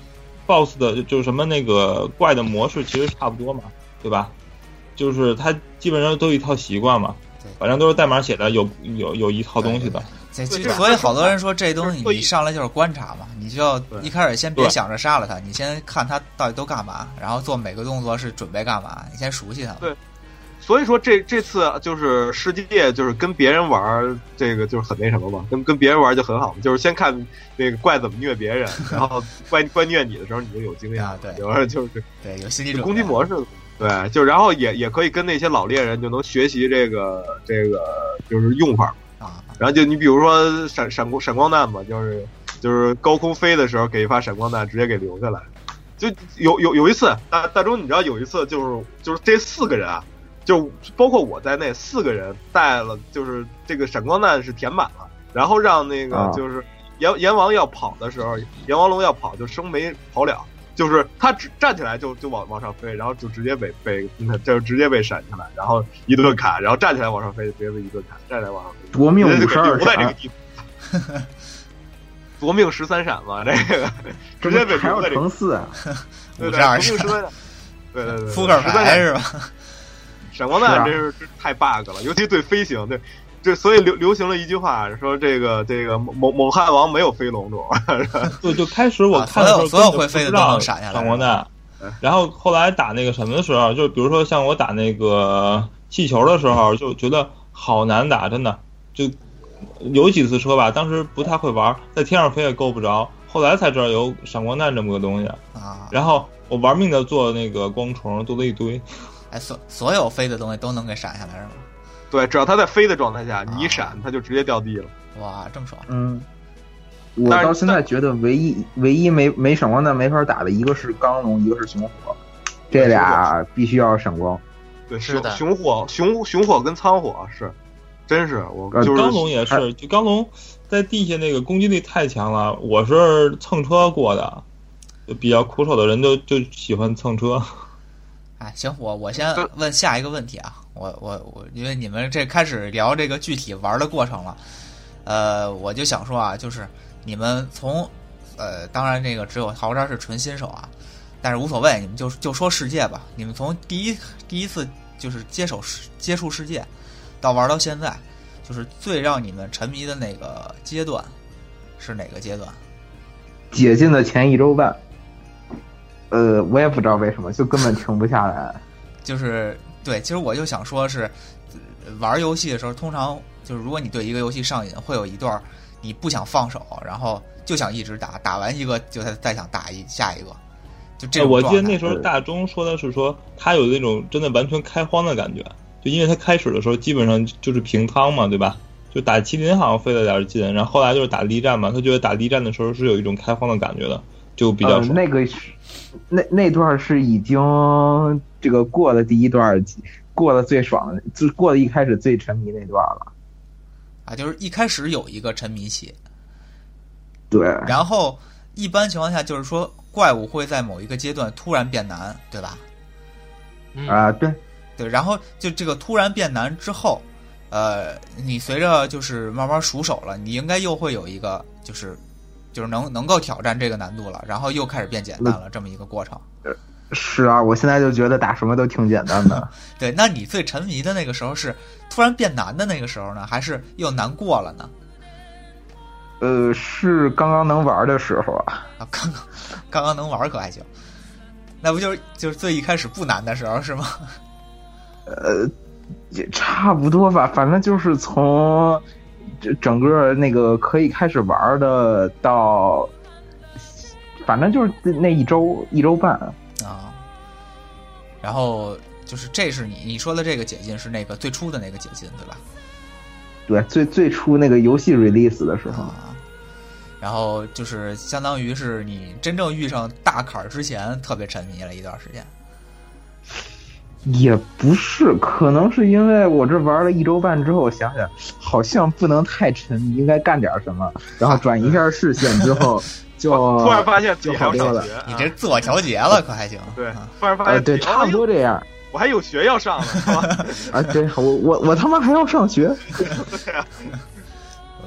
D: boss 的就是什么那个怪的模式其实差不多嘛，对吧？就是它基本上都有一套习惯嘛，反正都是代码写的，有有有一套东西的。
A: 对对对，所以好多人说这东西你上来就是观察嘛，你就要一开始先别想着杀了他，你先看他到底都干嘛，然后做每个动作是准备干嘛，你先熟悉他。
B: 对。所以说这这次就是世界就是跟别人玩这个就是很那什么嘛，跟跟别人玩就很好嘛，就是先看那个怪怎么虐别人，然后怪怪虐你的时候你就有经验，
A: 啊、对，
B: 有时候就是
A: 对有心理准备
B: 攻击模式，对，就然后也也可以跟那些老猎人就能学习这个这个就是用法
A: 啊，
B: 然后就你比如说闪闪光闪光弹嘛，就是就是高空飞的时候给一发闪光弹直接给留下来，就有有有一次大大周你知道有一次就是就是这四个人啊。就包括我在内，四个人带了，就是这个闪光弹是填满了，然后让那个就是阎阎王要跑的时候，阎王龙要跑就生没跑了，就是他只站起来就就往往上飞，然后就直接被被就直接被闪下来，然后一顿砍，然后站起来往上飞，直接被一顿砍，站起来往上飞，
C: 夺命五十二
B: 闪，在这个地方，夺命十三闪嘛，这个直接被
C: 还要乘四，
B: 对对，夺命十三闪，对对对，
A: 扑克牌是吧？
B: 闪光弹真是真太 bug 了，尤其对飞行，对，这所以流流行了一句话，说这个这个猛猛汉王没有飞龙种，
D: 对，就开始我看的时候，
A: 所有会飞的都能闪下来
D: 闪光弹，然后后来打那个什么的时候，就比如说像我打那个气球的时候，就觉得好难打，真的，就有几次车吧，当时不太会玩，在天上飞也够不着，后来才知道有闪光弹这么个东西
A: 啊，
D: 然后我玩命的做那个光虫，做了一堆。
A: 哎，所所有飞的东西都能给闪下来是吗？
B: 对，只要它在飞的状态下，你一闪，它就直接掉地了。
A: 哇，这么爽！
C: 嗯，我到现在觉得唯一唯一没没闪光弹没法打的一个是钢龙，一个是熊火，这俩必须要闪光。
B: 对，是的，熊火、熊熊火跟苍火是，真是我就是
D: 钢龙也是，就钢龙在地下那个攻击力太强了，我是蹭车过的，就比较苦手的人就就喜欢蹭车。
A: 哎，行，我我先问下一个问题啊，我我我，因为你们这开始聊这个具体玩的过程了，呃，我就想说啊，就是你们从，呃，当然这个只有豪渣是纯新手啊，但是无所谓，你们就就说世界吧，你们从第一第一次就是接手接触世界，到玩到现在，就是最让你们沉迷的那个阶段是哪个阶段？
C: 解禁的前一周半。呃，我也不知道为什么，就根本停不下来。
A: 就是对，其实我就想说是，玩游戏的时候，通常就是如果你对一个游戏上瘾，会有一段你不想放手，然后就想一直打，打完一个就再再想打一下一个，就这种、
D: 哎。我记得那时候大钟说的是说，他有那种真的完全开荒的感觉，就因为他开始的时候基本上就是平汤嘛，对吧？就打麒麟好像费了点劲，然后后来就是打力战嘛，他觉得打力战的时候是有一种开荒的感觉的，就比较爽。
C: 呃、那个是。那那段是已经这个过了第一段，过了最爽的，就过了一开始最沉迷那段了。
A: 啊，就是一开始有一个沉迷期。
C: 对。
A: 然后一般情况下就是说，怪物会在某一个阶段突然变难，对吧？
C: 嗯、啊，对。
A: 对，然后就这个突然变难之后，呃，你随着就是慢慢熟手了，你应该又会有一个就是。就是能能够挑战这个难度了，然后又开始变简单了，这么一个过程。
C: 是啊，我现在就觉得打什么都挺简单的。
A: 对，那你最沉迷的那个时候是突然变难的那个时候呢，还是又难过了呢？
C: 呃，是刚刚能玩的时候啊。
A: 啊，刚刚刚刚能玩可还行，那不就是就是最一开始不难的时候是吗？
C: 呃，也差不多吧，反正就是从。整个那个可以开始玩的到，反正就是那一周一周半
A: 啊。然后就是这是你你说的这个解禁是那个最初的那个解禁对吧？
C: 对，最最初那个游戏 release 的时候。
A: 啊。然后就是相当于是你真正遇上大坎之前特别沉迷了一段时间。
C: 也不是，可能是因为我这玩了一周半之后，想想好像不能太沉迷，应该干点什么，然后转移一下视线之后，就
B: 突然发现自己还要上学，
A: 你这自我调节了，可还行？
B: 对，突然发现、
C: 呃、对，差不多这样。
B: 我还有学要上呢，是吧？
C: 啊，对，我我我他妈还要上学。
A: 对啊。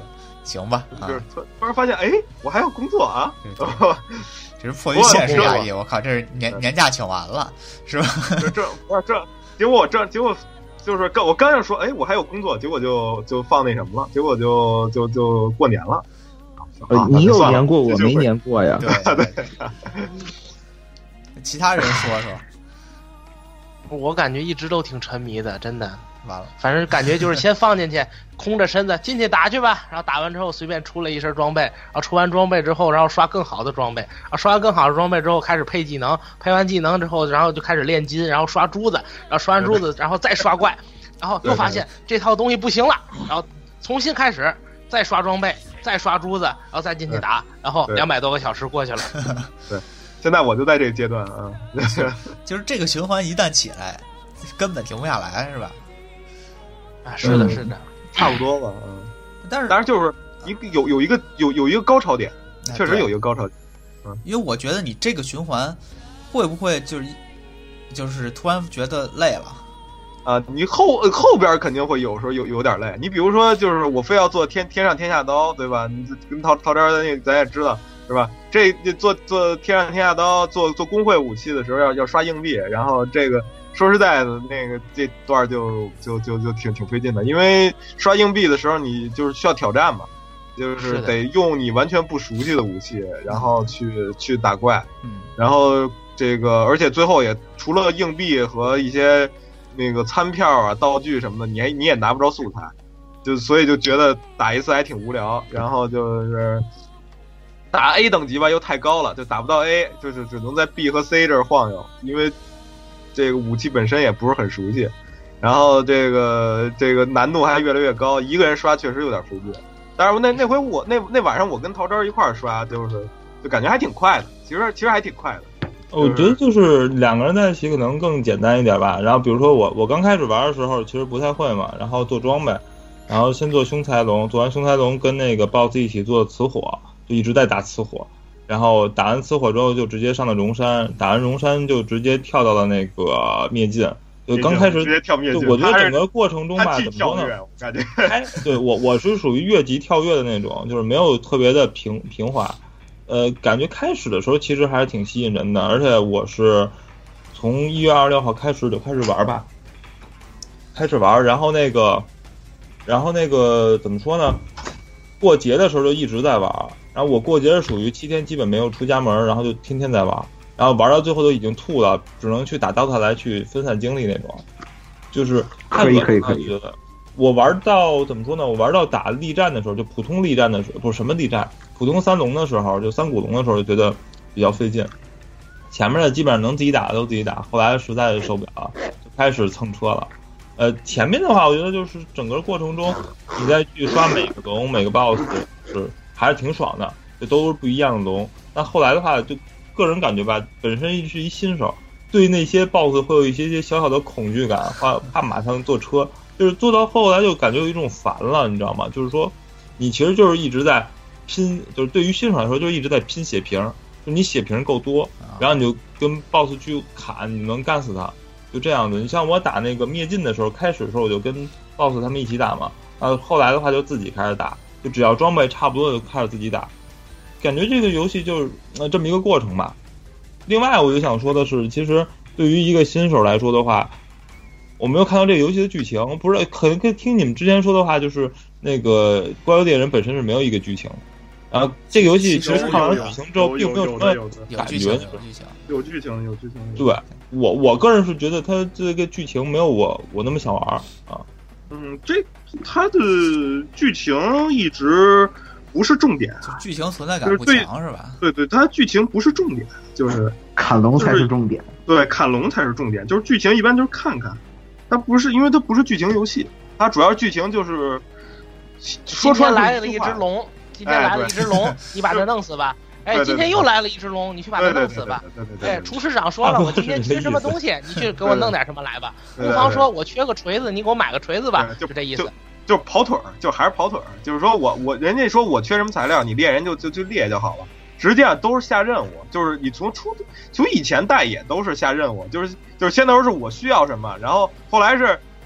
A: 行吧，
B: 就是突突然发现，哎，我还要工作啊！
A: 这是迫于现实压力，我靠，这是年年假请完了，是吧？
B: 这这我这结果我这结果就是刚我刚要说，哎，我还有工作，结果就就放那什么了，结果就就就过年了。
C: 啊、你有年过，我没年过呀。
A: 对对对。其他人说说。
E: 我感觉一直都挺沉迷的，真的。
A: 完了，
E: 反正感觉就是先放进去，空着身子进去打去吧，然后打完之后随便出了一身装备，然后出完装备之后，然后刷更好的装备，然后刷完更好的装备之后开始配技能，配完技能之后，然后就开始炼金，然后刷珠子，然后刷完珠子，然后再刷怪，然后又发现这套东西不行了，然后重新开始，再刷装备，再刷珠子，然后再进去打，然后两百多个小时过去了。
B: 对，现在我就在这个阶段啊，
A: 就是这个循环一旦起来，根本停不下来，是吧？
E: 啊，是的，是的，
B: 差不多吧，嗯。
A: 但是，
B: 当然就是一个有有一个有有一个高潮点，确实有一个高潮点。
A: 嗯，因为我觉得你这个循环会不会就是就是突然觉得累了
B: 啊？你后后边肯定会有时候有有点累。你比如说，就是我非要做天天上天下刀，对吧？你跟陶陶渣那咱也知道是吧？这做做天上天下刀，做做工会武器的时候要要刷硬币，然后这个。说实在的，那个这段就就就就挺挺费劲的，因为刷硬币的时候你就是需要挑战嘛，就是得用你完全不熟悉的武器，然后去去打怪，
A: 嗯，
B: 然后这个而且最后也除了硬币和一些那个餐票啊、道具什么的，你还你也拿不着素材，就所以就觉得打一次还挺无聊，然后就是打 A 等级吧又太高了，就打不到 A， 就是只能在 B 和 C 这儿晃悠，因为。这个武器本身也不是很熟悉，然后这个这个难度还越来越高，一个人刷确实有点费劲。但是那那回我那那晚上我跟陶渣一块儿刷，就是就感觉还挺快的，其实其实还挺快的。
D: 我觉得就是两个人在一起可能更简单一点吧。然后比如说我我刚开始玩的时候其实不太会嘛，然后做装备，然后先做凶财龙，做完凶财龙跟那个 boss 一起做雌火，就一直在打雌火。然后打完雌火之后就直接上了荣山，打完荣山就直接跳到了那个灭尽。就刚开始
B: 直接跳灭尽，
D: 我觉得整个过程中吧，怎么说呢？
B: 我感觉，
D: 哎，对我我是属于越级跳跃的那种，就是没有特别的平平滑。呃，感觉开始的时候其实还是挺吸引人的，而且我是从一月二十六号开始就开始玩吧，开始玩，然后那个，然后那个怎么说呢？过节的时候就一直在玩。然后我过节是属于七天基本没有出家门，然后就天天在玩，然后玩到最后都已经吐了，只能去打刀塔来去分散精力那种。就是
C: 可以可以可以。
D: 觉得我玩到怎么说呢？我玩到打力战的时候，就普通力战的时候，不是什么力战，普通三龙的时候，就三古龙的时候，就觉得比较费劲。前面的基本上能自己打的都自己打，后来实在是受不了了，就开始蹭车了。呃，前面的话，我觉得就是整个过程中，你再去刷每个龙、每个 boss 是。还是挺爽的，这都是不一样的龙。但后来的话，就个人感觉吧，本身是一新手，对那些 boss 会有一些些小小的恐惧感，怕怕马上坐车，就是坐到后来就感觉有一种烦了，你知道吗？就是说，你其实就是一直在拼，就是对于新手来说，就一直在拼血瓶，就你血瓶够多，然后你就跟 boss 去砍，你能干死他，就这样子。你像我打那个灭尽的时候，开始的时候我就跟 boss 他们一起打嘛，然后后来的话就自己开始打。就只要装备差不多就开始自己打，感觉这个游戏就是呃这么一个过程吧。另外我就想说的是，其实对于一个新手来说的话，我没有看到这个游戏的剧情，不是可能听你们之前说的话，就是那个怪物猎人本身是没有一个剧情，然后这个游戏其实看完剧情之后并没有什么感觉，
B: 有剧情有剧情。
D: 对我我个人是觉得它这个剧情没有我我那么想玩啊。
B: 嗯，这它的剧情一直不是重点，
A: 剧情存在感不强是吧？
B: 对对，它剧情不是重点，就是
C: 砍龙才是重点。
B: 对，砍龙才是重点，就是剧情一般就是看看，它不是因为它不是剧情游戏，它主要剧情就是说穿
E: 来了一只龙，今天来了一只龙，你把它弄死吧。哎，今天又来了一只龙，你去把它弄死吧。哎，厨师长说了，我今天缺什么东西，你去给我弄点什么来吧。吴航说，我缺个锤子，你给我买个锤子吧，就这意思。
B: 就就跑腿儿，就还是跑腿儿，就是说我我人家说我缺什么材料，你猎人就就就猎就好了。实际上都是下任务，就是你从初从以前代也都是下任务，就是就是先头是我需要什么，然后后来是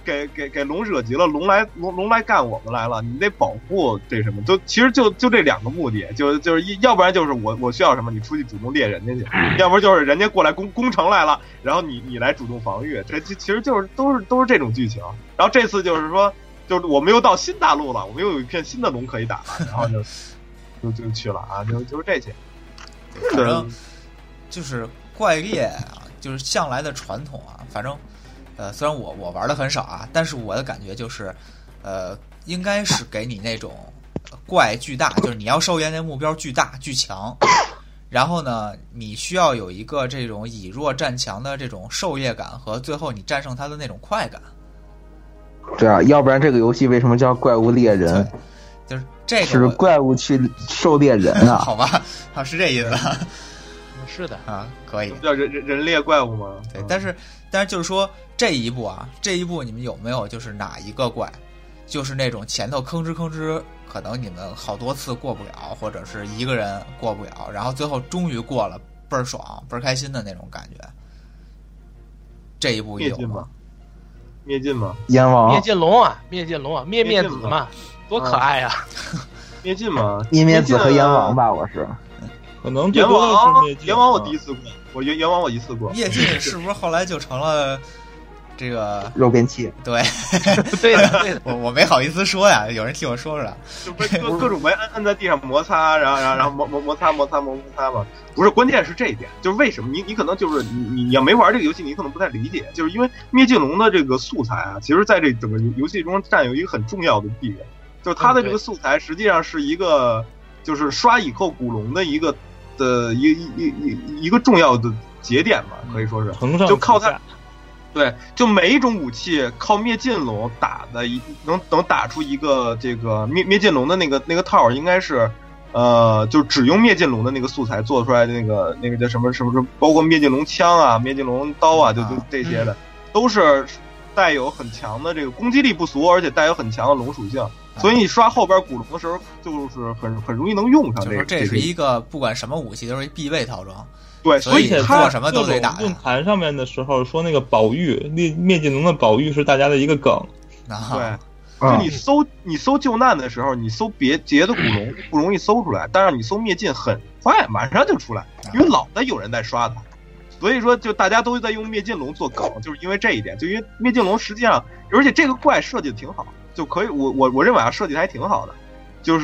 B: 给给给龙惹急了，龙来龙龙来干我们来了，你得保护这什么，就其实就就这两个目的，就就是要不然就是我我需要什么，你出去主动猎人家去，要不然就是人家过来攻攻城来了，然后你你来主动防御，这其实就是都是都是这种剧情。然后这次就是说，就是我们又到新大陆了，我们又有一片新的龙可以打了，然后就就就去了啊，就就是这些，
A: 反正就是怪猎啊，就是向来的传统啊，反正。呃，虽然我我玩的很少啊，但是我的感觉就是，呃，应该是给你那种怪巨大，就是你要狩猎那目标巨大巨强，然后呢，你需要有一个这种以弱战强的这种狩猎感和最后你战胜它的那种快感。
C: 对啊，要不然这个游戏为什么叫怪物猎人？
A: 就是这个
C: 是怪物去狩猎人啊？
A: 好吧，啊，是这意思。
E: 是的
A: 啊，可以
B: 叫人人人猎怪物吗？
A: 对，但是但是就是说这一步啊，这一步你们有没有就是哪一个怪，就是那种前头吭哧吭哧，可能你们好多次过不了，或者是一个人过不了，然后最后终于过了，倍儿爽，倍儿开心的那种感觉。这一步有吗？
B: 灭尽吗？
C: 阎王
E: 灭尽龙啊，灭尽龙啊，灭灭子嘛，多可爱呀、啊！
B: 灭尽吗？
C: 灭灭子和阎王吧，我是。
D: 可能
B: 阎王，阎王我第一次过，我阎阎王我一次过。
A: 灭尽是不是后来就成了这个
C: 肉便器？
A: 对，
E: 对的，对的。
A: 我我没好意思说呀，有人替我说出来，
B: 就被各各种被摁摁在地上摩擦，然后然后然后摩摩摩擦摩擦摩擦嘛。不是，关键是这一点，就是为什么你你可能就是你你要没玩这个游戏，你可能不太理解，就是因为灭尽龙的这个素材啊，其实在这整个游戏中占有一个很重要的地位，就是它的这个素材实际上是一个就是刷以后古龙的一个。的一一一一个重要的节点吧，可以说是，就靠它，对，就每一种武器靠灭尽龙打的一能能打出一个这个灭灭尽龙的那个那个套，应该是，呃，就只用灭尽龙的那个素材做出来的那个那个叫什么什么什么，包括灭尽龙枪啊、灭尽龙刀啊，就就这些的，都是带有很强的这个攻击力不俗，而且带有很强的龙属性。所以你刷后边古龙的时候，就是很很容易能用上这个。
A: 这是一个不管什么武器都是必备套装。
B: 对，
A: 所以
D: 他
A: 做什么都得打。
D: 论坛上面的时候说那个宝玉灭灭尽龙的宝玉是大家的一个梗。
B: 对，就你搜你搜救难的时候，你搜别别的古龙不容易搜出来，但是你搜灭尽很快，马上就出来，因为老的有人在刷它。所以说，就大家都在用灭尽龙做梗，就是因为这一点。就因为灭尽龙实际上，而且这个怪设计的挺好。就可以，我我我认为啊，设计的还挺好的，就是、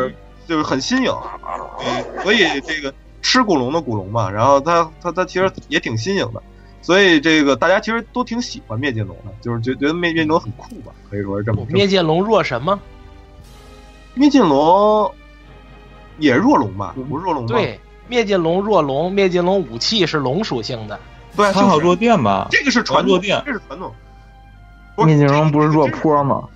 B: 嗯、就是很新颖，嗯，所以这个吃古龙的古龙嘛，然后它它它其实也挺新颖的，所以这个大家其实都挺喜欢灭尽龙的，就是觉觉得灭尽龙很酷吧，可以说是这么。
E: 灭尽龙弱什么？
B: 灭尽龙也弱龙吧？不是弱龙吗？
E: 对，灭尽龙弱龙，灭尽龙武器是龙属性的，
B: 对，
D: 它好弱电吧？
B: 这个是传
D: 弱电，
B: 这是传统。
C: 灭尽龙不是弱坡吗？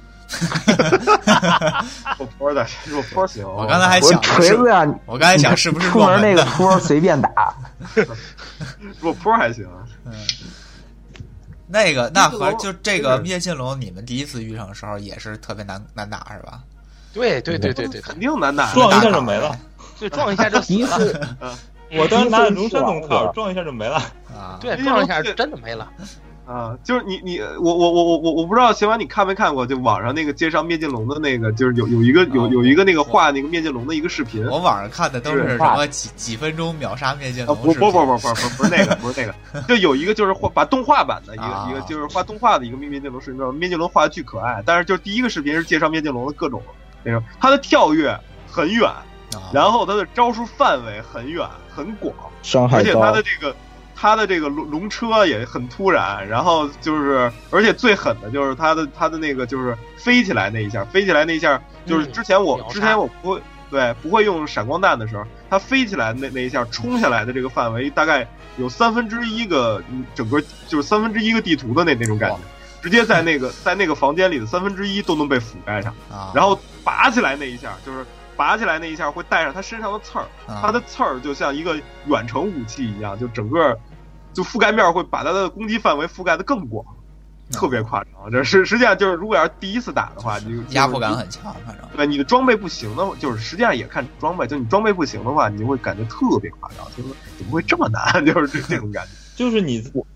B: 弱坡的弱坡行。
A: 我刚才还想
C: 锤子呀，
A: 我刚才想是不是
C: 出门那个坡随便打，
B: 弱坡还行。
A: 嗯，那个那和就这个灭尽龙，你们第一次遇上的时候也是特别难难打是吧？
E: 对对对对对，
B: 肯定难打，
D: 撞一下就没了，
E: 就撞一下就死了。
D: 我当时拿着龙山龙套撞一下就没了
A: 啊，
E: 对，撞一下就真的没了。
B: 啊，就是你你我我我我我我不知道贤完你看没看过，就网上那个介绍灭尽龙的那个，就是有有一个有有一个那个画那个灭尽龙的一个视频。
A: 我网上看的都是什么几几分钟秒杀灭尽龙。
B: 不不不不不不不是那个不是那个，就有一个就是画把动画版的一个一个就是画动画的一个灭尽龙视频，灭尽龙画的巨可爱，但是就是第一个视频是介绍灭尽龙的各种那种，它的跳跃很远，然后它的招数范围很远很广，
C: 伤害高，
B: 而且它的这个。他的这个龙龙车也很突然，然后就是，而且最狠的就是他的他的那个就是飞起来那一下，飞起来那一下就是之前我、嗯、之前我不会对不会用闪光弹的时候，他飞起来那那一下冲下来的这个范围大概有三分之一个整个就是三分之一个地图的那那种感觉，直接在那个在那个房间里的三分之一都能被覆盖上，然后拔起来那一下就是。拔起来那一下会带上他身上的刺儿，他的刺儿就像一个远程武器一样，就整个就覆盖面会把他的攻击范围覆盖的更广，特别夸张。这实实际上就是，如果要是第一次打的话，你
A: 压迫感很强，反正
B: 对你的装备不行的，就是实际上也看装备，就你装备不行的话，你就会感觉特别夸张，就是怎么会这么难，就是这这种感觉。
D: 就是你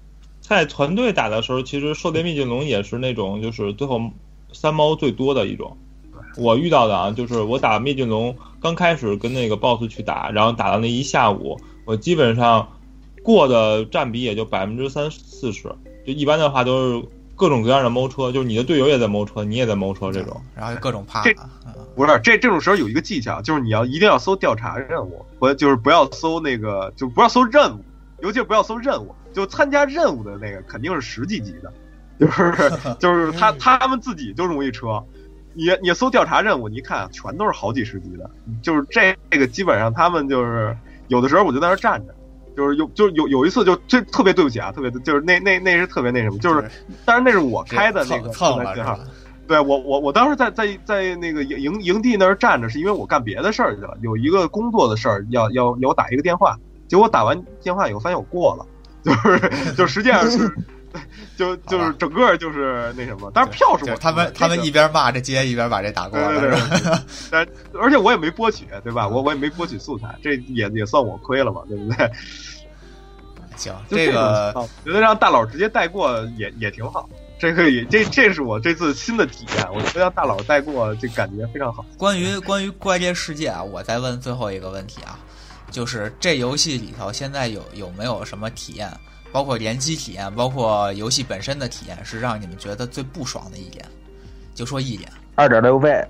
D: 在团队打的时候，其实狩猎灭菌龙也是那种就是最后三猫最多的一种。我遇到的啊，就是我打灭菌龙刚开始跟那个 boss 去打，然后打到那一下午，我基本上过的占比也就百分之三四十。就一般的话都是各种各样的猫车，就是你的队友也在猫车，你也在猫车这种，
A: 然后各种怕。
B: 这不是这这种时候有一个技巧，就是你要一定要搜调查任务，或就是不要搜那个，就不要搜任务，尤其是不要搜任务，就参加任务的那个肯定是十几级的，就是就是他他们自己就容易车。你你搜调查任务，你一看全都是好几十级的，就是这这个基本上他们就是有的时候我就在那站着，就是有就有有一次就这特别对不起啊，特别就是那那那是特别那什么，就是当然那是我开的那个
A: 蹭了是吧？
B: 对我我我当时在在在那个营营地那儿站着，是因为我干别的事儿去了，有一个工作的事儿要要要我打一个电话，结果打完电话以后发现我过了，就是就实际上是。就就是整个就是那什么，但是票是我
A: 他们他们一边骂着街一边把这打过了，
B: 对对对。但而且我也没播取，对吧？我我也没播取素材，这也也算我亏了嘛，对不对？
A: 行，这个
B: 我觉得让大佬直接带过也也挺好。这可以，这这是我这次新的体验，我觉得让大佬带过，这感觉非常好。
A: 关于关于怪猎世界啊，我再问最后一个问题啊，就是这游戏里头现在有有没有什么体验？包括联机体验，包括游戏本身的体验，是让你们觉得最不爽的一点，就说一点。
C: 二点六倍，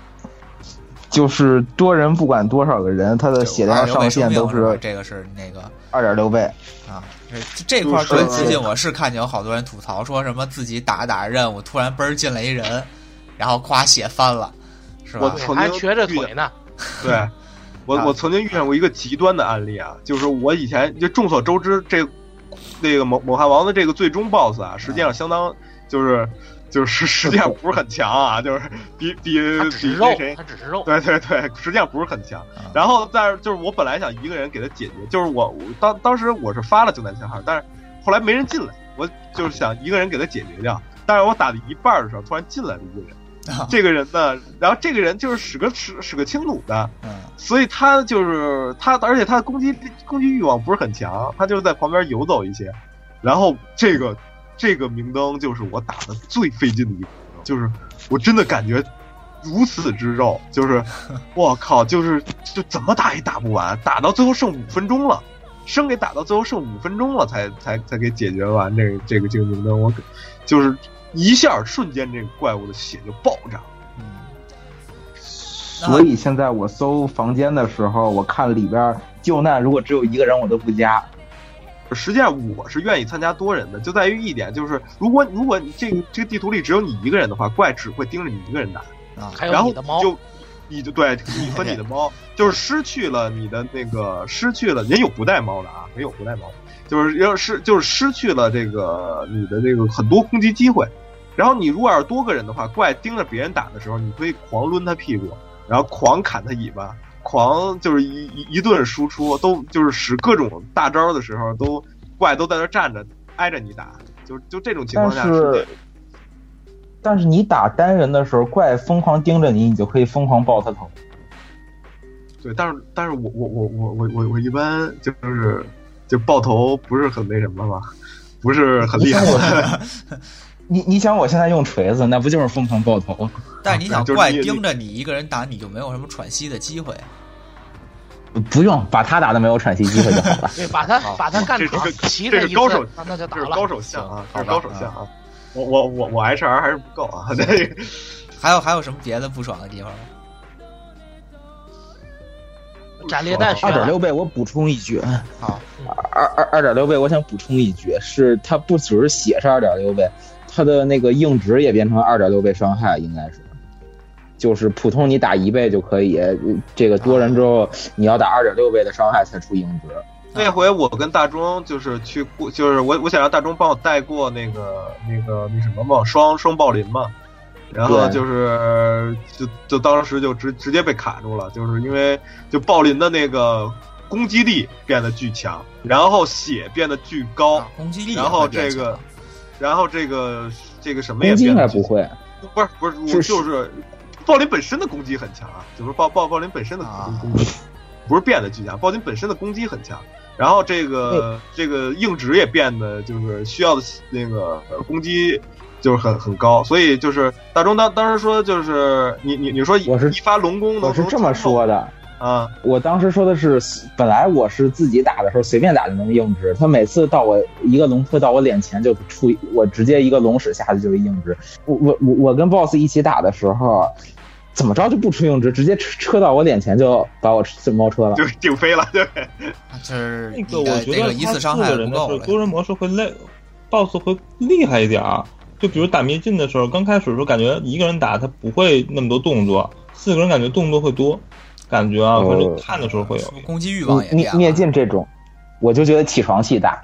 C: 就是多人不管多少个人，他的血量上限都是
A: 这个是那个
C: 二点六倍
A: 啊。这块最最近我是看见有好多人吐槽，说什么自己打着打着任务，突然嘣儿进来一人，然后夸血翻了，是吧？
E: 我还瘸着腿呢。
B: 对，我我曾经遇上过一个极端的案例啊，就是我以前就众所周知这。那个猛猛汉王的这个最终 boss 啊，实际上相当就是就是实际上不是很强啊，就是比比比那谁，
E: 他只是肉，
B: 对对对，实际上不是很强。然后但是就是我本来想一个人给他解决，就是我我当当时我是发了救难信号，但是后来没人进来，我就是想一个人给他解决掉。但是我打到一半的时候，突然进来了一个人。这个人呢，然后这个人就是使个使使个轻弩的，嗯，所以他就是他，而且他的攻击攻击欲望不是很强，他就是在旁边游走一些。然后这个这个明灯就是我打的最费劲的一个，就是我真的感觉如此之肉，就是我靠，就是就怎么打也打不完，打到最后剩五分钟了，生给打到最后剩五分钟了才才才给解决完这个这个这个明灯，我就是。一下瞬间这个怪物的血就暴涨，
C: 嗯，所以现在我搜房间的时候，我看里边救难如果只有一个人我都不加。
B: 实际上我是愿意参加多人的，就在于一点，就是如果如果你这个这个地图里只有你一个人的话，怪只会盯着你一个人打
E: 啊，然后
B: 就你就对你和你的猫就是失去了你的那个失去了，也有不带猫的啊，也有不带猫的。就是要是就是失去了这个你的这个很多攻击机会，然后你如果要是多个人的话，怪盯着别人打的时候，你可以狂抡他屁股，然后狂砍他尾巴，狂就是一一一顿输出，都就是使各种大招的时候，都怪都在那站着挨着你打，就就这种情况下
C: 是。但是你打单人的时候，怪疯狂盯着你，你就可以疯狂爆他头。
B: 对，但是但是我我我我我我我一般就是。就爆头不是很那什么嘛，不是很厉害。
C: 你你想我现在用锤子，那不就是疯狂爆头？
A: 但是你想怪盯着你一个人打，你就没有什么喘息的机会。
C: 不用把他打的没有喘息机会就好了。
E: 对，把他把他干成骑
B: 这是高手，
E: 那就打了。
B: 这是高手相啊，这是高手相啊。我我我我 H R 还是不够啊。
A: 还有还有什么别的不爽的地方吗？
E: 斩猎弹
C: 二点六倍，我补充一句，
A: 好，
C: 二二二点六倍，我想补充一句，是它不只是血是二点六倍，它的那个硬直也变成二点六倍伤害，应该是，就是普通你打一倍就可以，这个多人之后你要打二点六倍的伤害才出硬直。
B: 那回我跟大钟就是去过，就是我我想让大钟帮我带过那个那个那什么嘛，双双暴鳞嘛。然后就是就就当时就直直接被卡住了，就是因为就暴鳞的那个攻击力变得巨强，然后血变得巨高，
A: 啊、攻击力，
B: 然后这个，然后这个这个什么也变得
C: 不会，
B: 不是不是，就是暴鳞本身的攻击很强啊，就是暴暴暴鳞本身的攻击，不是变得巨强，暴鳞本身的攻击很强。 然后这个这个硬直也变得就是需要的那个攻击就是很很高，所以就是大钟当当时说就是你你你说
C: 我是
B: 一发龙弓能
C: 我是这么说的
B: 啊，
C: 我当时说的是本来我是自己打的时候随便打就能硬直，他每次到我一个龙特到我脸前就出我直接一个龙使下去就是硬直，我我我我跟 boss 一起打的时候怎么着就不出硬直，直接车到我脸前就把我猫车了，
B: 就顶飞了，对，
A: 就是
D: 那个我觉得
A: 一次伤害不够了，
D: 多人模式会累 boss 会厉害一点啊，就比如打灭尽的时候，刚开始的时候感觉一个人打他不会那么多动作，四个人感觉动作会多，感觉啊，或者看的时候会有
A: 攻击欲望也
C: 灭灭尽这种，我就觉得起床气大。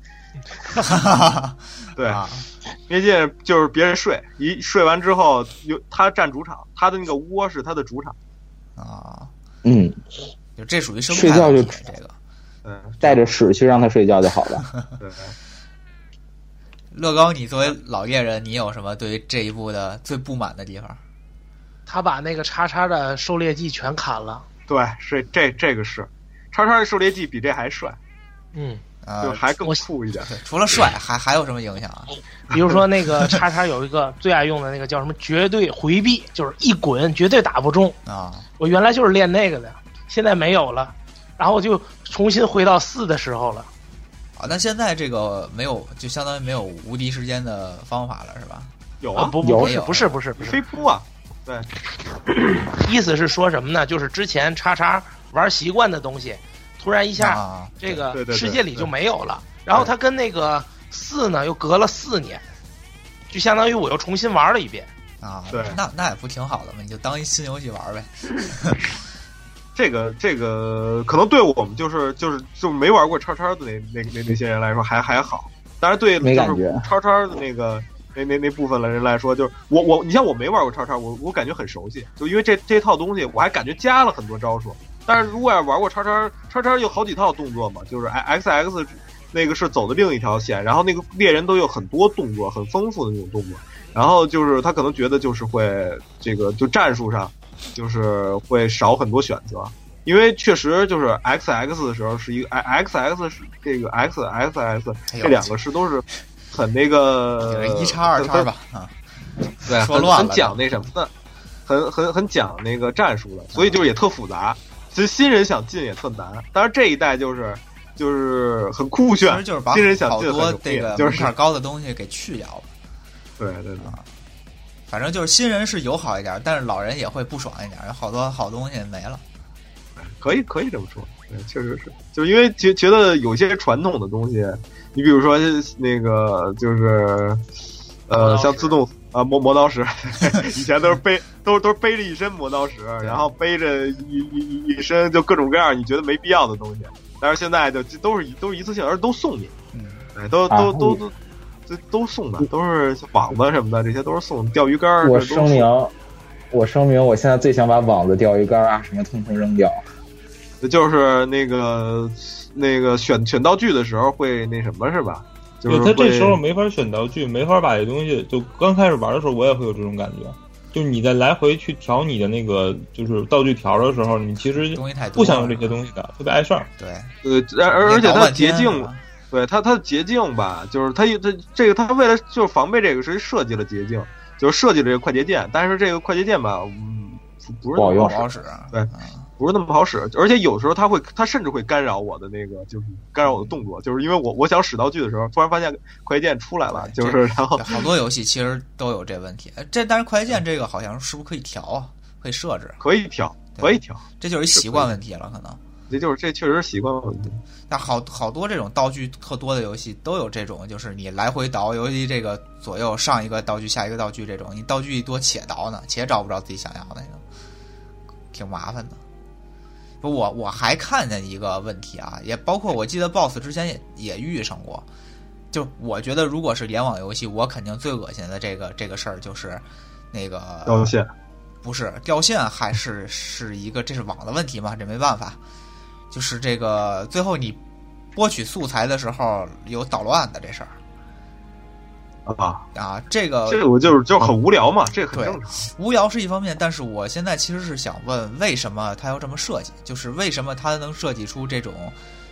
B: 对，灭尽就是别人睡，一睡完之后，有他占主场，他的那个窝是他的主场
A: 啊。
C: 嗯，
A: 就这属于生
C: 睡觉就
A: 这个，
B: 嗯，
C: 带着屎去让他睡觉就好了。
B: 对。
A: 乐高，你作为老猎人，你有什么对于这一部的最不满的地方？
E: 他把那个叉叉的狩猎技全砍了。
B: 对，是这这个是，叉叉的狩猎技比这还帅。
E: 嗯，
B: 就还更酷一点。
A: 除了帅，还还有什么影响啊？
E: 比如说那个叉叉有一个最爱用的那个叫什么绝对回避，就是一滚绝对打不中
A: 啊。
E: 我原来就是练那个的，现在没有了，然后我就重新回到四的时候了。
A: 啊，那现在这个没有，就相当于没有无敌时间的方法了，是吧？
B: 有啊，
E: 不不不是不是不是不是
B: 飞扑啊，对。
E: 意思是说什么呢？就是之前叉叉玩习惯的东西，突然一下、
A: 啊、
E: 这个世界里就没有了。然后他跟那个四呢又隔了四年，就相当于我又重新玩了一遍
A: 啊。
B: 对，
A: 那那也不挺好的吗？你就当一新游戏玩呗。
B: 这个这个可能对我们就是就是就没玩过叉叉的那那那那些人来说还还好，当然对就是叉叉的那个那那那部分的人来说，就是我我你像我没玩过叉叉，我我感觉很熟悉，就因为这这套东西我还感觉加了很多招数。但是如果要玩过叉叉，叉叉有好几套动作嘛，就是 X X 那个是走的另一条线，然后那个猎人都有很多动作，很丰富的那种动作，然后就是他可能觉得就是会这个就战术上。就是会少很多选择，因为确实就是 X X 的时候是一个 X X 是这个 X X X 这两个是都是很那个
A: 一叉二叉吧啊，
B: 对，
A: 说乱了，
B: 很讲那什么的，很很很讲那个战术的，所以就是也特复杂。其实新人想进也特难，当然这一代就是就是很酷炫，
A: 就是把
B: 新人想进
A: 好多这个门槛高的东西给去掉了。
B: 对对对。
A: 反正就是新人是友好一点，但是老人也会不爽一点，有好多好东西没了。
B: 可以可以这么说，对，确实是，就是因为觉觉得有些传统的东西，你比如说那个就是呃，像自动啊磨磨刀石，以前都是背都都是背着一身磨刀石，然后背着一一一身就各种各样你觉得没必要的东西，但是现在就都是都是一次性，而都送你，嗯，哎，都都都都。这都送的，都是网子什么的，这些都是送钓鱼竿。
C: 我声明，我声明，我现在最想把网子、钓鱼竿啊什么通通扔掉。
B: 就是那个那个选选道具的时候会那什么是吧？就是
D: 他这时候没法选道具，没法把这东西。就刚开始玩的时候，我也会有这种感觉。就是你在来回去调你的那个就是道具条的时候，你其实不想用这些东西的，特别碍事儿。
A: 对，
B: 呃，而而且它捷径。对它，它的捷径吧，就是它它这个它为了就是防备这个，是设计了捷径，就是设计了这个快捷键。但是这个快捷键吧，嗯，不是那么
A: 好使，
B: 对，不是那么好使。而且有时候它会，它甚至会干扰我的那个，就是干扰我的动作，就是因为我我想使道具的时候，突然发现快捷键出来了，就是然后
A: 好多游戏其实都有这问题。这但是快捷键这个好像是不是可以调啊？可以设置？
B: 可以调，可以调，
A: 这就是一习惯问题了，可能。
B: 这就是这确实是习惯问题。
A: 但好好多这种道具特多的游戏都有这种，就是你来回倒，尤其这个左右上一个道具下一个道具这种，你道具一多且倒呢，且找不着自己想要的那个，挺麻烦的。不，我我还看见一个问题啊，也包括我记得 B O S S 之前也也遇上过，就我觉得如果是联网游戏，我肯定最恶心的这个这个事儿就是那个
B: 掉线，
A: 不是掉线，还是是一个这是网的问题嘛，这没办法。就是这个最后你播取素材的时候有捣乱的这事儿
B: 啊
A: 啊，这个
B: 这个我就是就很无聊嘛，这个很正常。
A: 无聊是一方面，但是我现在其实是想问，为什么他要这么设计？就是为什么他能设计出这种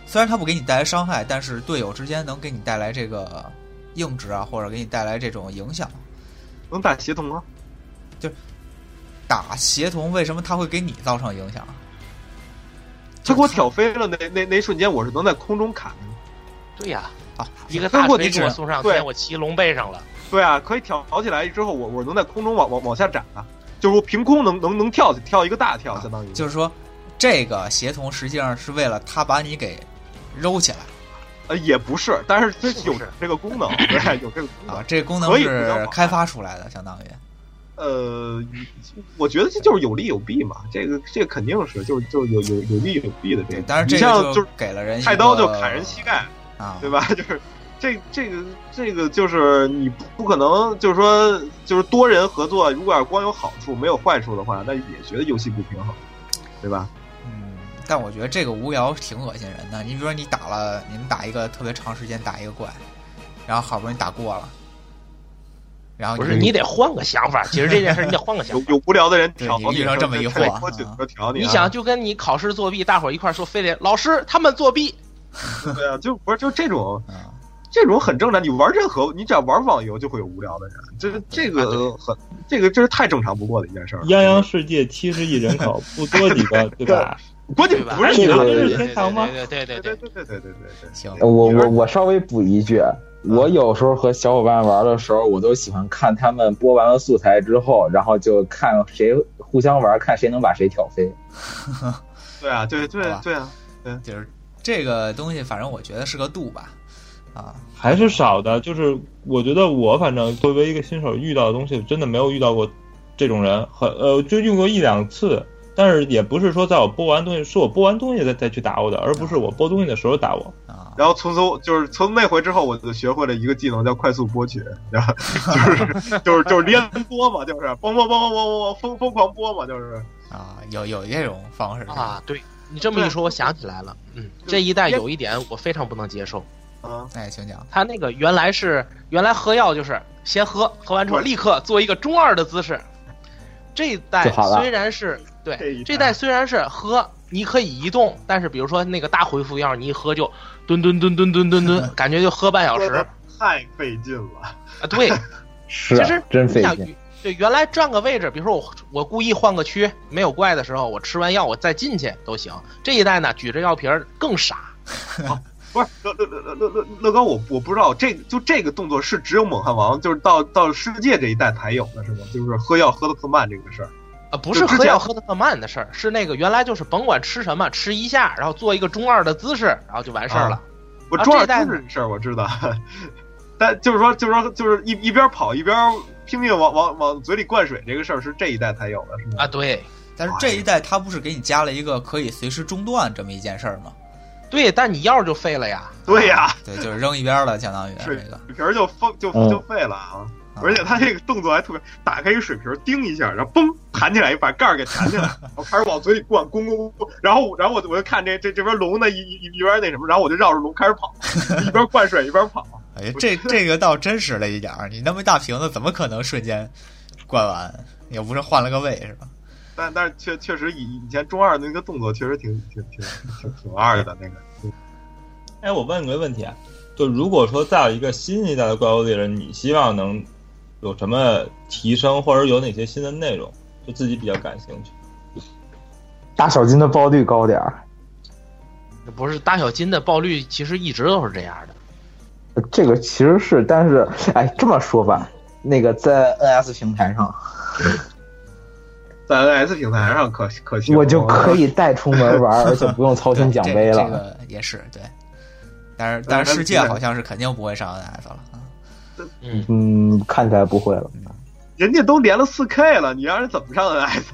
A: 虽然它不给你带来伤害，但是队友之间能给你带来这个硬直啊，或者给你带来这种影响。
B: 能打协同吗？
A: 就打协同，为什么它会给你造成影响？
B: 他给我挑飞了，那那那一瞬间我是能在空中砍。
E: 对呀、
A: 啊，
E: 一个大锤给我送上天，我骑龙背上了。
B: 对啊，可以挑起来之后，我我能在空中往往往下斩啊，就是我凭空能能能跳跳一个大跳，相当于、啊、
A: 就是说这个协同实际上是为了他把你给揉起来。
B: 呃，也不是，但是它有这个功能，对，有这个功能
A: 啊，这个功能是开发出来的，相当于。
B: 呃，我觉得这就是有利有弊嘛，这个这个肯定是，就是就是有有有利有弊的这个。
A: 但是这个就是给了人
B: 菜刀就砍人膝盖
A: 啊，
B: 对吧？就是这这个这个就是你不可能就是说就是多人合作，如果要光有好处没有坏处的话，那也觉得游戏不平衡，对吧？
A: 但我觉得这个无聊挺恶心人的。你比如说，你打了，你们打一个特别长时间打一个怪，然后好不容易打过了，然后
E: 不是你得换个想法。其实这件事你得换个想法。
B: 有有无聊的人调
A: 你遇上这么一货，
B: 调你。
E: 你想，就跟你考试作弊，大伙儿一块说，非得老师他们作弊。
B: 对啊，就不是就这种，这种很正常。你玩任何，你只要玩网游就会有无聊的人，这这个很，这个这是太正常不过的一件事儿。
D: 泱泱世界七十亿人口，不多几个，对吧？
B: 关键不是
D: 你
E: 们
D: 是天堂吗？
E: 对对对
B: 对对对对对对对。
A: 行，
C: 我我我稍微补一句，我有时候和小伙伴玩的时候，我都喜欢看他们播完了素材之后，然后就看谁互相玩，看谁能把谁挑飞。
B: 对啊，对对对啊，对，
A: 就是这个东西，反正我觉得是个度吧，啊，
D: 还是少的。就是我觉得我反正作为一个新手遇到的东西，真的没有遇到过这种人，很呃就用过一两次。但是也不是说在我播完东西，是我播完东西再再去打我的，而不是我播东西的时候打我。
B: 然后从从就是从那回之后，我就学会了一个技能叫快速播取，然后就是就是就是连播嘛，就是嘣嘣嘣嘣嘣嘣疯疯狂播嘛，就是
A: 啊，有有这种方式
E: 啊。对你这么一说，我想起来了，嗯，这一代有一点我非常不能接受
B: 啊。
A: 哎，请讲。
E: 他那个原来是原来喝药就是先喝，喝完之后立刻做一个中二的姿势。这一代虽然是对，这代虽然是喝，你可以移动，但是比如说那个大回复药，你一喝就蹲蹲蹲蹲蹲蹲蹲，感觉就喝半小时，
B: 太费劲了
E: 啊！对，
C: 是
E: 其实
C: 真费劲。
E: 对，原来转个位置，比如说我我故意换个区，没有怪的时候，我吃完药我再进去都行。这一代呢，举着药瓶更傻。
B: 啊不是乐乐乐乐乐乐高，我我不知道这就这个动作是只有猛汉王就是到到世界这一代才有的是吗？就是喝药喝的特慢这个事儿
E: 啊，不是喝药喝的特慢的事儿，是那个原来就是甭管吃什么吃一下，然后做一个中二的姿势，然后就完事儿了。啊、
B: 我中二姿势这事儿我知道，但就是说就是说就是一一边跑一边拼命往往往嘴里灌水这个事儿是这一代才有的是吗？
E: 啊，对。
A: 但是这一代它不是给你加了一个可以随时中断这么一件事儿吗？
E: 对，但你药就废了呀。
B: 对呀、
A: 啊，对，就是扔一边了，相当于
B: 水
A: 这个
B: 水瓶就封就就废了啊！嗯、而且他这个动作还特别，打开一个水瓶，叮一下，然后嘣弹起来，把盖儿给弹起来，然后开始往嘴里灌，咣咣咣，然后然后我我就看这这这边龙呢一一一边那什么，然后我就绕着龙开始跑，一边灌水一边跑。
A: 哎，这这个倒真实了一点儿，你那么大瓶子怎么可能瞬间灌完？也不是换了个位是吧？
B: 但但是确确实以以前中二的那个动作确实挺挺挺挺挺二的那个。
D: 哎，我问你个问题啊，就如果说再有一个新一代的怪物猎人，你希望能有什么提升，或者有哪些新的内容，就自己比较感兴趣？
C: 大小金的爆率高点儿。
E: 不是大小金的爆率，其实一直都是这样的。
C: 这个其实是，但是哎，这么说吧，那个在 N S 平台上。
B: 在 N S 平台上可可行，
C: 我就可以带出门玩，而且不用操心奖杯了。
A: 这, 这个也是对，但是但是世界好像是肯定不会上 N S 了啊。
C: 嗯嗯，看起来不会了。
B: 人家都连了 四 K 了，你让人怎么上 N S？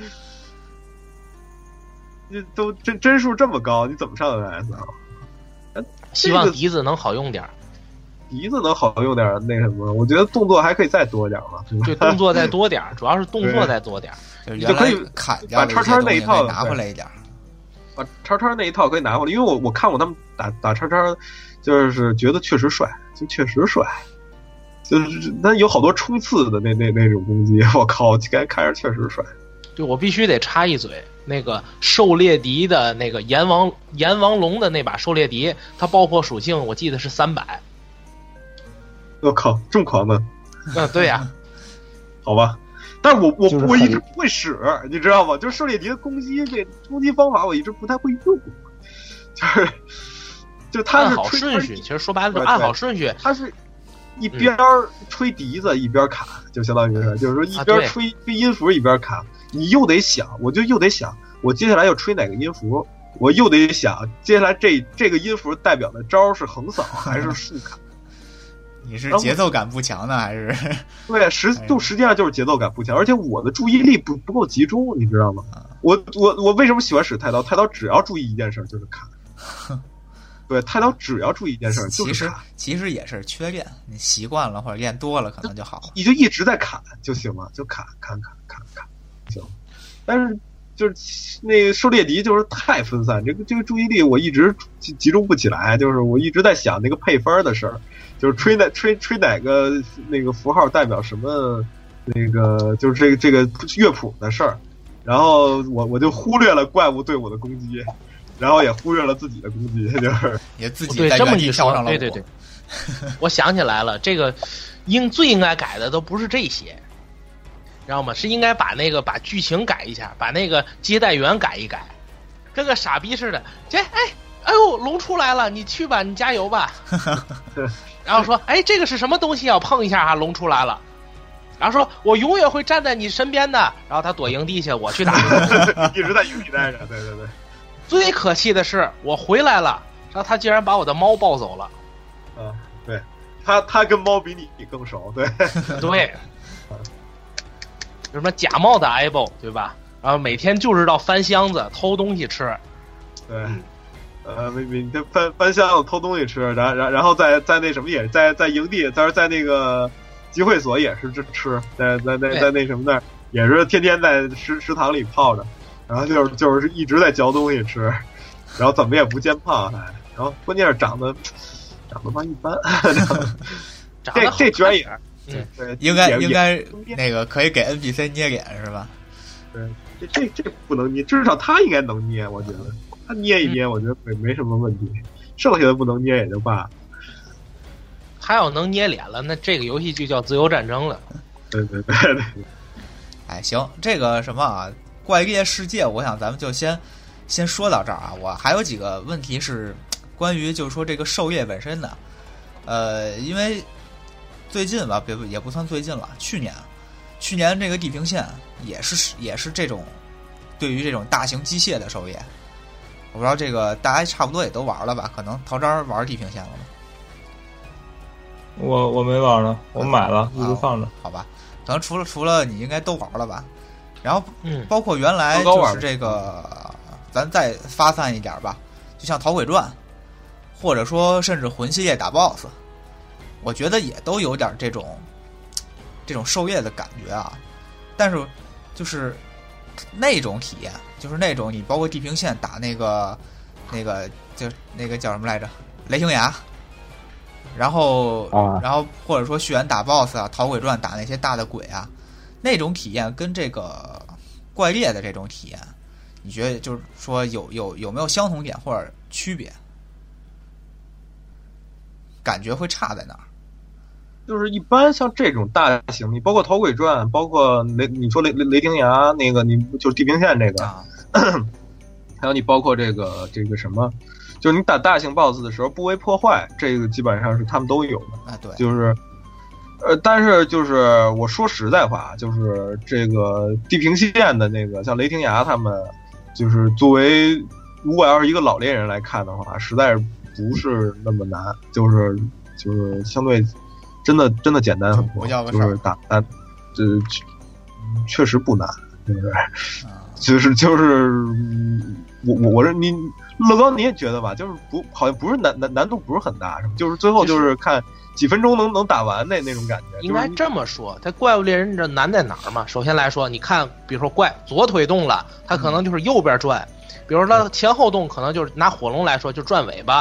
B: 你都真帧数这么高，你怎么上 N S 啊？
E: 希望笛子能好用点。
B: 笛子能好用点，那什么？我觉得动作还可以再多点嘛。
E: 对，动作再多点，主要是动作再多点。
A: 就
B: 就可以把叉叉那一套
A: 拿回来一点，
B: 把叉叉那一套可以拿回来，因为我我看过他们打打叉叉，就是觉得确实帅，就确实帅，就是那有好多冲刺的那那那种攻击，我靠，看看着确实帅。
E: 就我必须得插一嘴，那个狩猎笛的那个阎王阎王龙的那把狩猎笛，它爆破属性我记得是三百。
B: 我靠，这么狂的！
E: 嗯，对呀、啊，
B: 好吧。但是我我我一直不会使，你知道吗？就是狩猎笛的攻击这攻击方法我一直不太会用，就是就它是
E: 按好顺序，其实说白了就按好顺序，
B: 它是一边吹笛子一边砍，嗯、就相当于是就是说一边吹、啊、吹音符一边砍，你又得想，我就又得想，我接下来要吹哪个音符，我又得想接下来这这个音符代表的招是横扫还是竖砍。
A: 你是节奏感不强呢，还是？
B: 对，实就实际上就是节奏感不强，而且我的注意力不不够集中，你知道吗？我我我为什么喜欢使太刀？太刀只要注意一件事就是砍。对，太刀只要注意一件事就是砍。
A: 其实其实也是缺练，你习惯了或者练多了可能就好了。
B: 你就一直在砍就行了，就砍砍砍砍砍行。但是就是那个狩猎笛就是太分散，这个这个注意力我一直集集中不起来，就是我一直在想那个配分的事儿。就是吹哪吹吹哪个那个符号代表什么，那个就是这个这个乐谱的事儿，然后我我就忽略了怪物对我的攻击，然后也忽略了自己的攻击，就是
A: 也自己
E: 对这么一说，
A: 对
E: 对对，我想起来了，这个应最应该改的都不是这些，知道吗？是应该把那个把剧情改一下，把那个接待员改一改，跟个傻逼似的，这哎哎呦龙出来了，你去吧，你加油吧。然后说，哎，这个是什么东西？要碰一下哈，龙出来了。然后说，我永远会站在你身边的。然后他躲营地去，我去打。
B: 一直在营地待着，对对对。
E: 最可气的是，我回来了，然后他竟然把我的猫抱走了。
B: 啊，对，他他跟猫比你更熟，对
E: 对。什么假冒的 eyeball 对吧？然后每天就知道翻箱子偷东西吃。
B: 对。嗯呃，没没，他翻翻箱子偷东西吃，然然然后在在那什么也在在营地，在在那个集会所也是吃，在在在在那什么那儿也是天天在食食堂里泡着，然后就是就是一直在嚼东西吃，然后怎么也不见胖，然后关键是长得长得吧一般，这这居然也
A: 对对，应该应该那个可以给 N P C 捏脸是吧？
B: 对，这这这不能捏，至少他应该能捏，我觉得。他捏一捏，我觉得没没什么问题，剩下的不能捏也就罢了。
E: 他要能捏脸了，那这个游戏就叫自由战争了。
B: 对对对对。
A: 哎，行，这个什么啊，怪猎世界，我想咱们就先先说到这儿啊。我还有几个问题是关于就是说这个狩猎本身的，呃，因为最近吧，别也不算最近了，去年，去年这个地平线也是也是这种对于这种大型机械的狩猎。我不知道这个大家差不多也都玩了吧？可能陶章玩地平线了吗？
D: 我我没玩呢，我买了，一直放着。
A: 好吧，可能除了除了你应该都玩了吧？然后
E: 嗯，
A: 包括原来就是这个，咱再发散一点吧，就像《讨鬼传》，或者说甚至魂系列打 B O S S， 我觉得也都有点这种这种狩猎的感觉啊。但是就是那种体验。就是那种你包括地平线打那个那个就那个叫什么来着雷霆崖，然后、啊、然后或者说血缘打 B O S S 啊，讨鬼传打那些大的鬼啊，那种体验跟这个怪猎的这种体验，你觉得就是说有有有没有相同点或者区别？感觉会差在哪儿？
B: 就是一般像这种大型，你包括《讨鬼传》，包括雷，你说雷雷雷霆崖那个，你就是地平线这个，啊、还有你包括这个这个什么，就是你打大型 B O S S 的时候不为破坏，这个基本上是他们都有的。
A: 啊，对，就是
B: 呃，但是就是我说实在话，就是这个地平线的那个，像雷霆崖他们，就是作为如果要是一个老猎人来看的话，实在是不是那么难，就是就是相对。真的真的简单很多，就是打打，这确实不难，对不对？就是就是我我我是你乐高你也觉得吧？就是不好像不是难难难度不是很大，是吧？就是最后就是看几分钟能能打完那那种感觉。
E: 应该这么说，它怪物猎人这难在哪儿嘛？首先来说，你看，比如说怪左腿动了，它可能就是右边转；比如说它前后动，可能就是拿火龙来说就转尾巴。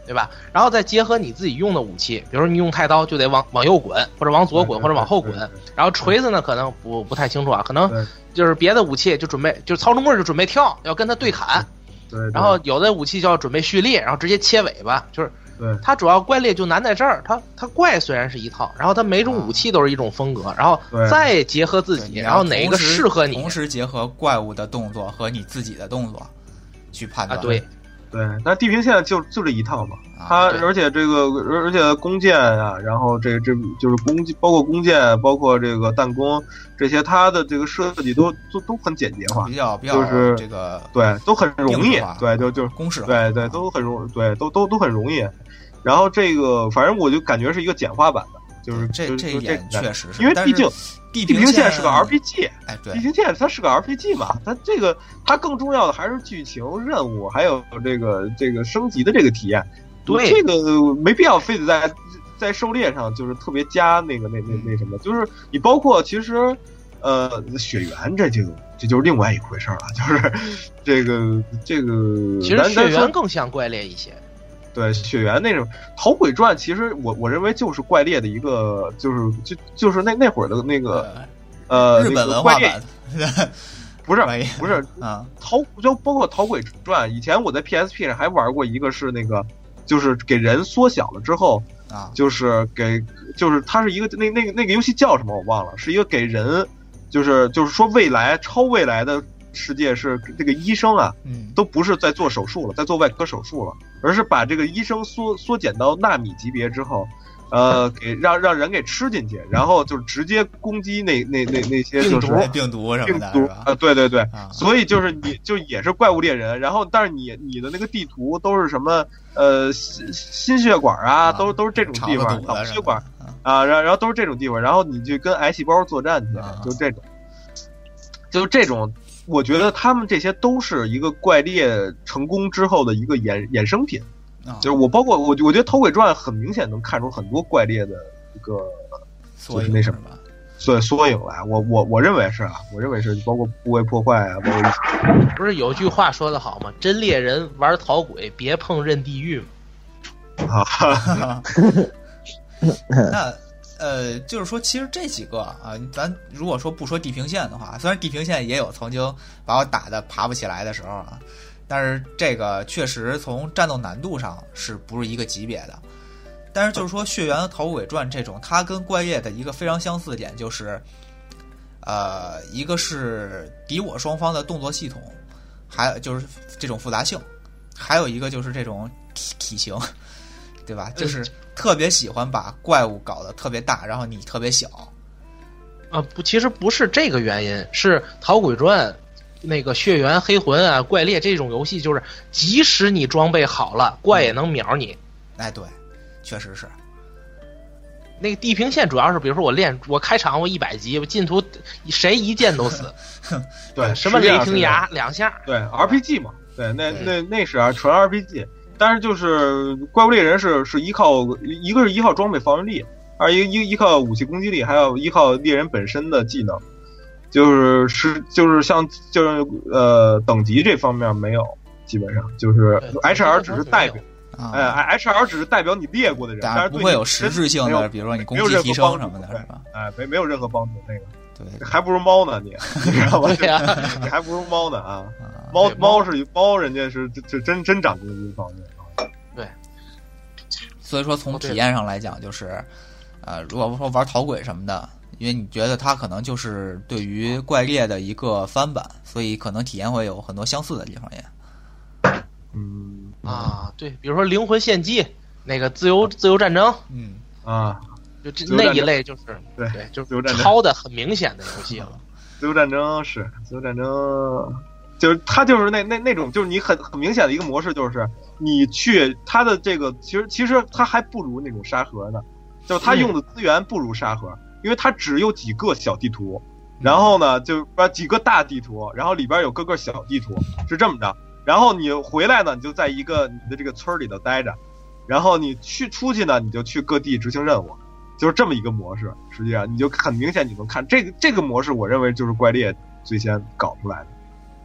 E: 对吧？然后再结合你自己用的武器，比如说你用太刀就得往往右滚，或者往左滚，或者往后滚。然后锤子呢，可能不不太清楚啊，可能就是别的武器就准备，就曹冲棍就准备跳，要跟他对砍。
B: 对。对
E: 然后有的武器就要准备蓄力，然后直接切尾巴，就是。
B: 对。
E: 它主要怪猎就难在这儿，它它怪虽然是一套，然后它每种武器都是一种风格，然后再结合自己，然后哪个适合你，
A: 同时结合怪物的动作和你自己的动作去判断。
E: 啊，对。
B: 对，那地平线就就这一套嘛，它而且这个而且弓箭啊，然后这这就是弓包括弓箭，包括这个弹弓这些，它的这个设计都都都很简洁化，
A: 比较比较
B: 就是
A: 这个
B: 对都很容易，对就就
A: 公式，
B: 对对都很容对都都都很容易。然后这个反正我就感觉是一个简化版的，就是
A: 这这一点确实是，
B: 因为毕竟
A: 地
B: 平线是个 R P G，
A: 哎，对，
B: 地平线它是个 R P G 嘛，它这个它更重要的还是剧情任务，还有这个这个升级的这个体验。
E: 对，
B: 这个没必要非得在在狩猎上就是特别加那个那那那什么，就是你包括其实呃血缘这就这就是另外一回事了，就是这个这个
E: 其实血缘更像怪猎一些。
B: 对血缘那种《讨鬼传》，其实我我认为就是怪猎的一个，就是就就是那那会儿的那个呃
A: 日本文化版，
B: 不是不是
A: 啊，
B: 讨就包括《讨鬼传》，以前我在 P S P 上还玩过一个，是那个就是给人缩小了之后
A: 啊，
B: 就是给就是它是一个那那个那个游戏叫什么我忘了，是一个给人就是就是说未来超未来的世界，是这个医生啊，
A: 嗯，
B: 都不是在做手术了，在做外科手术了，而是把这个医生缩缩减到纳米级别之后，呃，给让让人给吃进去，然后就直接攻击那那那那些就是
A: 病毒什么的，
B: 病毒啊，对对对，
A: 啊、
B: 所以就是你就也是怪物猎人，然后但是你你的那个地图都是什么呃心心血管啊，
A: 啊
B: 都都是这种地方，
A: 脑
B: 血管啊，然后然后都是这种地方，然后你就跟癌细胞作战去，
A: 啊、
B: 就这种，就这种。我觉得他们这些都是一个怪猎成功之后的一个衍衍生品，
A: 啊、
B: 就是我包括我，我觉得《头鬼传》很明显能看出很多怪猎的一个就是那什么，所以缩影来。我我我认为是啊，我认为是包括部位破坏啊，包括
E: 不是有句话说得好吗？真猎人玩讨鬼，别碰认地狱
B: 嘛。啊，
A: 那。呃，就是说，其实这几个啊，咱如果说不说地平线的话，虽然地平线也有曾经把我打的爬不起来的时候啊，但是这个确实从战斗难度上是不是一个级别的。但是就是说，《血缘讨鬼传》这种，它跟怪猎的一个非常相似的点就是，呃，一个是敌我双方的动作系统，还有就是这种复杂性，还有一个就是这种体体型，对吧？就是特别喜欢把怪物搞得特别大，然后你特别小。
E: 啊，不，其实不是这个原因，是《讨鬼传》那个血缘、黑魂啊、怪猎这种游戏，就是即使你装备好了，怪也能秒你。
A: 哎，对，确实是。
E: 那个地平线主要是，比如说我练，我开场我一百级，我进图谁一剑都死。
B: 对，
E: 什么雷霆牙两下。
B: 对 ，R P G 嘛，对，那那那是啊，纯 R P G。但是就是怪物猎人是是依靠一个是依靠装备防御力，二一依依靠武器攻击力，还有依靠猎人本身的技能，就是是就是像就是呃等级这方面没有，基本上就是 H R 只是代表，哎 H R 只是代表你猎过的人，但是
A: 不会有实质性的，比如说你攻击提升什么的，是吧？
B: 哎，没没有任何帮助，那个
A: 对，
B: 还不如猫呢，你你知道吗？你还不如猫呢啊！猫猫是猫，人家是就真真长攻击方面。
E: 对，
A: 所以说从体验上来讲，就是呃，如果说玩讨鬼什么的，因为你觉得它可能就是对于怪猎的一个翻版，所以可能体验会有很多相似的地方也。
B: 嗯
E: 啊，对，比如说灵魂献祭那个自由自由战争，
A: 嗯
B: 啊，
E: 就这那一类就是
B: 对
E: 对，就是抄的很明显的游戏了。
B: 自由战争是自由战争。就是它就是那那那种就是你很很明显的一个模式，就是你去它的这个其实其实它还不如那种沙盒呢，就是它用的资源不如沙盒，因为它只有几个小地图，然后呢就把几个大地图，然后里边有各个小地图，是这么着。然后你回来呢，你就在一个你的这个村里头待着，然后你去出去呢，你就去各地执行任务，就是这么一个模式。实际上你就很明显你能看这个这个模式，我认为就是怪猎最先搞出来的。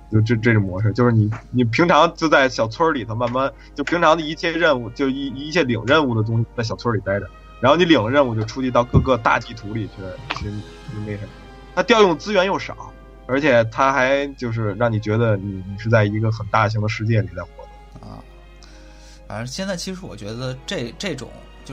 B: 就这这种模式，就是你你平常就在小村里头慢慢，就平常的一切任务，就一一切领任务的东西在小村里待着，然后你领了任务就出去到各个大地图里去去那什么，它调用资源又少，而且它还就是让你觉得你你是在一个很大型的世界里在活动
A: 啊。反正现在其实我觉得这这种就是。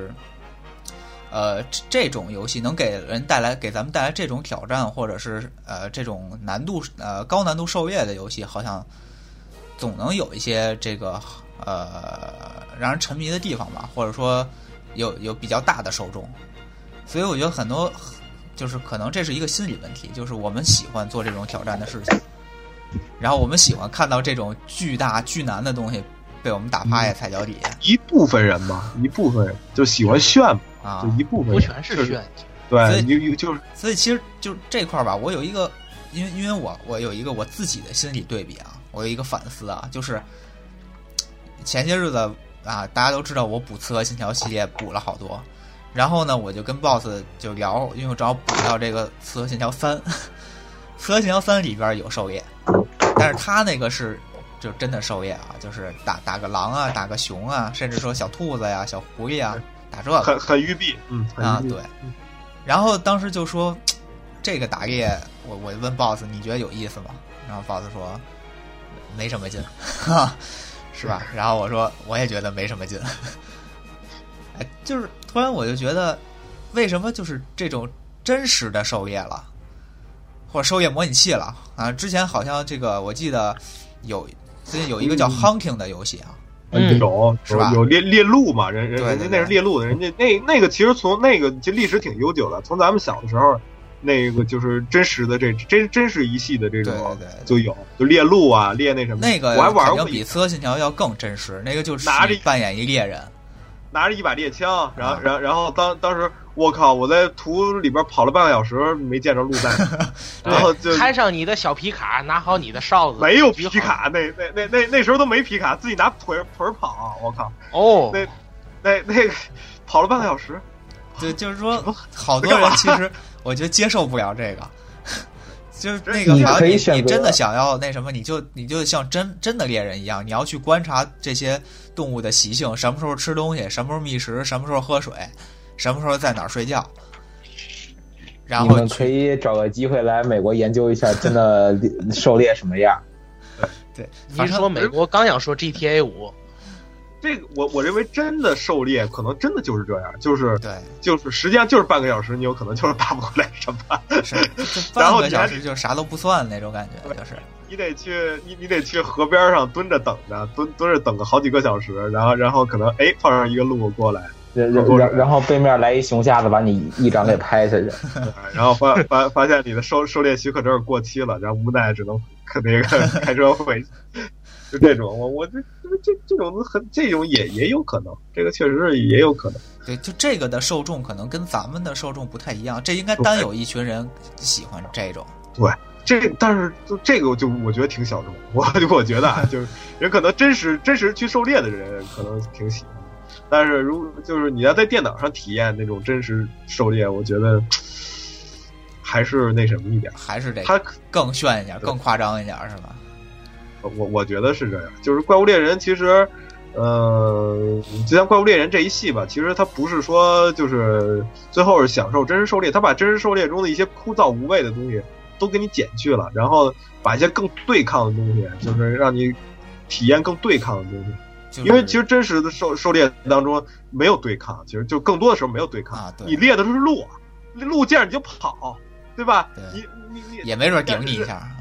A: 呃，这种游戏能给人带来给咱们带来这种挑战，或者是呃这种难度呃高难度狩猎的游戏，好像总能有一些这个呃让人沉迷的地方吧，或者说有有比较大的受众。所以我觉得很多就是可能这是一个心理问题，就是我们喜欢做这种挑战的事情，然后我们喜欢看到这种巨大巨难的东西被我们打趴下踩脚底下。
B: 一部分人嘛，一部分人就喜欢炫嘛。啊，就一部分
E: 不全是炫，
B: 对，有就是，
A: 所以其实就这块吧，我有一个，因为因为我我有一个我自己的心理对比啊，我有一个反思啊，就是前些日子啊，大家都知道我补刺客信条系列补了好多，然后呢，我就跟 boss 就聊，因为我正好补到这个刺客信条三，刺客信条三里边有狩猎，但是他那个是就真的狩猎啊，就是打打个狼啊，打个熊啊，甚至说小兔子呀、小狐狸啊。打这个
B: 很很育碧，嗯
A: 啊对，然后当时就说这个打猎，我我问 boss 你觉得有意思吗？然后 boss 说没什么劲，哈，是吧？然后我说我也觉得没什么劲，哎，就是突然我就觉得，为什么就是这种真实的狩猎了，或者狩猎模拟器了啊？之前好像这个我记得有最近有一个叫 Hunting 的游戏啊。
B: 嗯，有
A: 是吧？
B: 有猎猎鹿嘛？人人人家那是猎鹿的，人家那那个其实从那个其实历史挺悠久的，从咱们小的时候，那个就是真实的这真真实一系的这种就有，就猎鹿啊，猎那什么。
A: 那个
B: 我还玩过，
A: 比刺客信条要更真实。那个就是拿着扮演一猎人，
B: 拿着一把猎枪，然后然后然后当当时我靠，我在图里边跑了半个小时没见着鹿在，然后就
E: 开上你的小皮卡，拿好你的哨子。
B: 没有皮卡，那那那那那时候都没皮卡，自己拿腿腿跑，我靠！
E: 哦，
B: 那那那个跑了半个小时，
A: 对，就是说好多人其实我觉得接受不了这个，就是那个，
C: 你可以选择
A: 你真的想要那什么，你就你就像真真的猎人一样，你要去观察这些动物的习性，什么时候吃东西，什么时候觅食，什么时候喝水。什么时候在哪儿睡觉？然后
C: 你们可以找个机会来美国研究一下，真的狩猎什么样？
A: 对，
E: 你说美国刚想说 G T A 五，
B: 这个我我认为真的狩猎可能真的就是这样，就是
A: 对，
B: 就是实际上就是半个小时，你有可能就是打不回来什么，
A: 是半个小时就啥都不算那种感觉，就是
B: 你得去你你得去河边上蹲着等着，蹲蹲着等个好几个小时，然后然后可能哎碰上一个鹿过来。
C: 然然然后背面来一熊瞎子把你一掌给拍下去，
B: 然后发发发现你的狩狩猎许可证过期了，然后无奈只能那个开车回去，就这种，我我这这这种很这种也也有可能，这个确实是也有可能。
A: 对，就这个的受众可能跟咱们的受众不太一样，这应该单有一群人喜欢这种。
B: 对，这但是就这个就我觉得挺小众，我我觉得啊，就是人可能真实真实去狩猎的人可能挺喜欢。但是如就是你要在电脑上体验那种真实狩猎，我觉得还是那什么一点，
A: 还是得
B: 它
A: 更炫一点，更夸张一点，是吧？
B: 我我觉得是这样，就是怪物猎人其实，呃，就像怪物猎人这一系吧，其实它不是说就是最后是享受真实狩猎，它把真实狩猎中的一些枯燥无味的东西都给你减去了，然后把一些更对抗的东西，就是让你体验更对抗的东西。因为其实真实的狩狩猎当中没有对抗，其实就更多的时候没有对抗。
A: 啊、对
B: 你猎的是鹿，鹿见着你就跑，对吧？
A: 对
B: 你你你
A: 也没准顶你一下啊。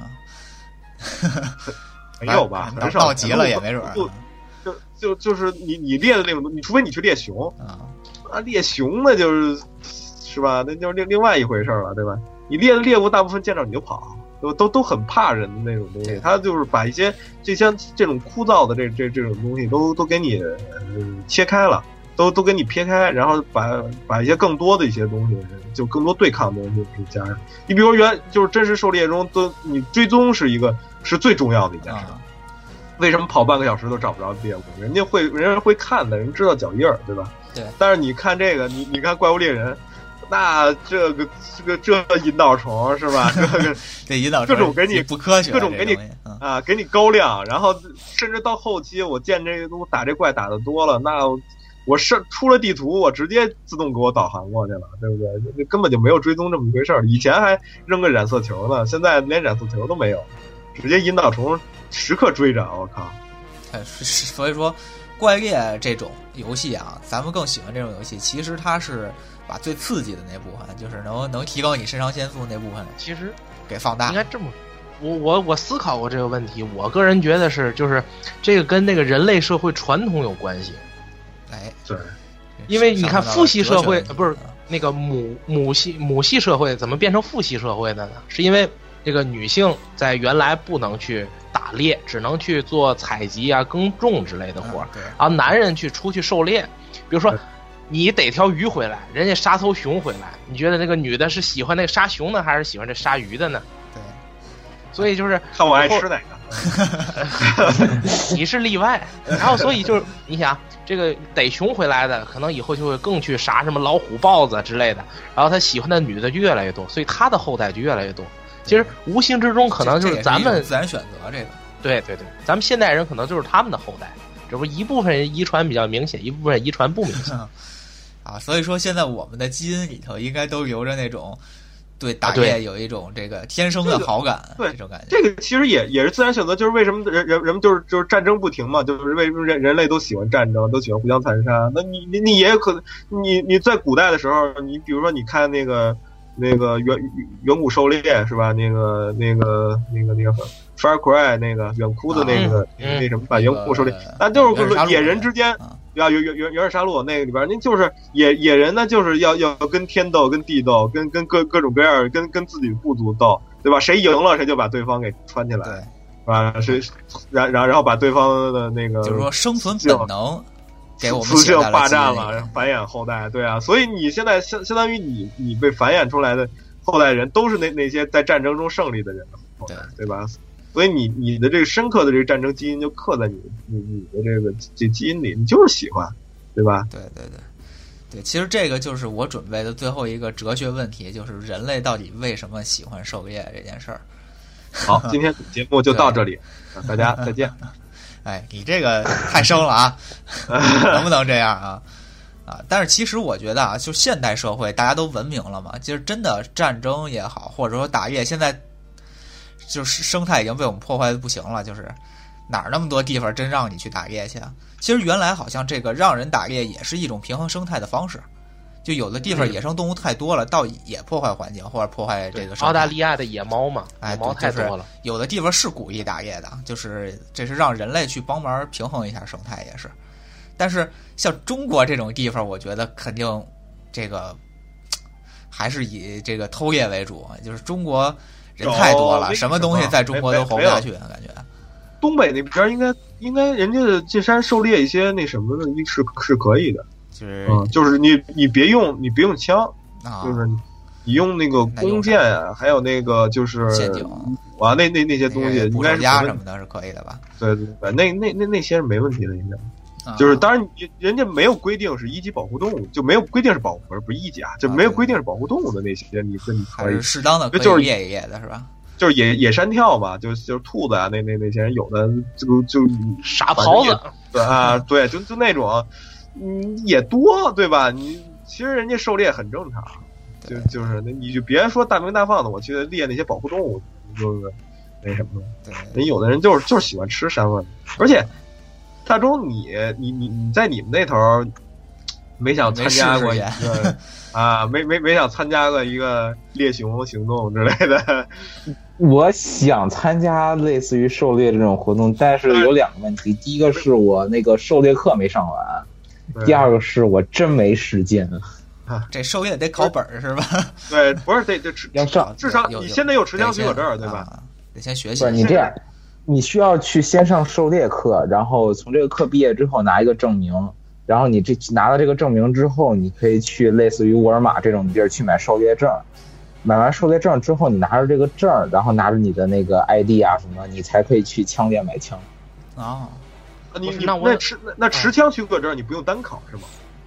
B: 没有吧？很少
A: 到急了也没准。
B: 就就就就是你你猎的那种，你除非你去猎熊
A: 啊，
B: 啊猎熊那就是是吧？那就是另另外一回事了，对吧？你猎的猎物大部分见着你就跑。都都都很怕人的那种东西，他就是把一些这些这种枯燥的这这这种东西都都给你、呃、切开了，都都给你撇开，然后把把一些更多的一些东西，就更多对抗的东西加上。你比如原就是真实狩猎中，都你追踪是一个是最重要的一件事。啊、为什么跑半个小时都找不着猎物？人家会人家会看的，人知道脚印儿，对吧？
A: 对。
B: 但是你看这个，你你看怪物猎人。 那这个这个这引导虫是吧？这个
A: 这引导虫
B: 各种给你
A: 不科学，
B: 各种给你啊给你高亮，然后甚至到后期我见这个东西打这怪打的多了，那我是出了地图，我直接自动给我导航过去了，对不对？根本就没有追踪这么一回事儿。以前还扔个染色球呢，现在连染色球都没有，直接引导虫时刻追着，我靠！
A: 所以说，怪猎这种游戏啊，咱们更喜欢这种游戏。其实它是把最刺激的那部分，就是能能提高你肾上腺素那部分，
E: 其实
A: 给放大。
E: 应该这么，我我我思考过这个问题，我个人觉得是，就是这个跟那个人类社会传统有关系。
A: 哎，
B: 对，
E: 因为你看父系社会，呃、不是那个母母系母系社会怎么变成父系社会的呢？是因为这个女性在原来不能去打猎，只能去做采集啊、耕种之类的活儿，
A: 嗯、
E: 然后男人去出去狩猎。比如说，你逮条鱼回来，人家杀头熊回来，你觉得那个女的是喜欢那个杀熊的，还是喜欢这杀鱼的呢？
A: 对，
E: 所以就是
B: 看我爱吃哪个。
E: 你是例外，然后所以就是你想这个逮熊回来的，可能以后就会更去杀什么老虎、豹子之类的，然后他喜欢的女的就越来越多，所以他的后代就越来越多。其实无形之中可能就是咱们
A: 自然选择这个，
E: 对对对，咱们现代人可能就是他们的后代，只不过一部分人遗传比较明显，一部分人遗传不明显
A: 啊。所以说现在我们的基因里头应该都留着那种。对打猎有一种这个天生的好感，
B: 对
A: 这种感觉。
B: 这个其实也也是自然选择，就是为什么人人人们就是就是战争不停嘛，就是为什么人人类都喜欢战争，都喜欢互相残杀。那你你你也有可能，你你在古代的时候，你比如说你看那个那个远远古狩猎是吧？那个那个那个那个 Far Cry 那个远哭的那个、
E: 嗯、
B: 那什么吧，远古狩猎，那、嗯、就是野人之间。要原原原原始杀戮那个里边，您就是野野人呢，就是要要跟天斗，跟地斗，跟跟各各种各样，跟跟自己部族斗，对吧？谁赢了，谁就把对方给穿起来，
A: 对，
B: 是吧？谁然然然后把对方的那个
A: 就是说生存本能给我们
B: 雌性霸占了，繁衍后代，对啊。所以你现在相相当于你你被繁衍出来的后代人，都是那那些在战争中胜利的人的后代，对, 对吧？所以你你的这个深刻的这个战争基因就刻在你你你的这个这基因里，你就是喜欢，对吧？
A: 对对对对，其实这个就是我准备的最后一个哲学问题，就是人类到底为什么喜欢狩猎这件事儿。
B: 好，今天节目就到这里，大家再见。
A: 哎，你这个太生了啊，能不能这样啊？啊！但是其实我觉得啊，就现代社会大家都文明了嘛，其实真的战争也好，或者说打猎，现在。就是生态已经被我们破坏的不行了，就是哪儿那么多地方真让你去打猎去啊？其实原来好像这个让人打猎也是一种平衡生态的方式，就有的地方野生动物太多了，倒也破坏环境或者破坏这个生态。
E: 澳大利亚的野猫嘛，野猫太多了、
A: 就是。有的地方是鼓励打猎的，就是这是让人类去帮忙平衡一下生态也是。但是像中国这种地方，我觉得肯定这个还是以这个偷猎为主，就是中国。人太多了，什么东西在中国都活不下去，感觉。
B: 东北那边应该应该人家进山狩猎一些那什么的，是是可以的，
A: 就是、
B: 嗯、就是你你别用你别用枪，
A: 啊、
B: 就是你用那个弓箭啊，还有那个就是
A: 陷阱
B: 啊，那那那些东西应该是
A: 什么的是可以的吧？
B: 对对对，那那那那些是没问题的，应该。就是当然人家没有规定是一级保护动物，就没有规定是保护，不是一级啊，就没有规定是保护动物的那些，你跟你可以
A: 适当的
B: 就是
A: 野野的是吧？
B: 就是野野山跳嘛，就就是兔子啊，那那那些人有的就就
E: 傻狍子，
B: 对啊，对，就就那种，嗯，也多对吧？你其实人家狩猎很正常，就就是那你就别说大鸣大放的，我去猎那些保护动物，就是那什么，
A: 对，
B: 人有的人就是就是喜欢吃山味，而且。大钟你，你你你在你们那头没想参加过一个啊，没没没想参加过一个猎熊行动之类的。
C: 我想参加类似于狩猎这种活动，但是有两个问题：第一个是我那个狩猎课没上完，第二个是我真没时间。
A: 啊，这狩猎得考本是吧？
B: 对，不是得得
C: 要上，
B: 至少你现在有持枪许可证对吧？
A: 啊、得先学习。
C: 不是你这样。你需要去先上狩猎课，然后从这个课毕业之后拿一个证明，然后你这拿了这个证明之后，你可以去类似于沃尔玛这种地儿去买狩猎证，买完狩猎证之后，你拿着这个证，然后拿着你的那个 I D 啊什么，你才可以去枪店买枪。
A: 哦，
B: 你你那持那持枪许可证你不用单考是吗？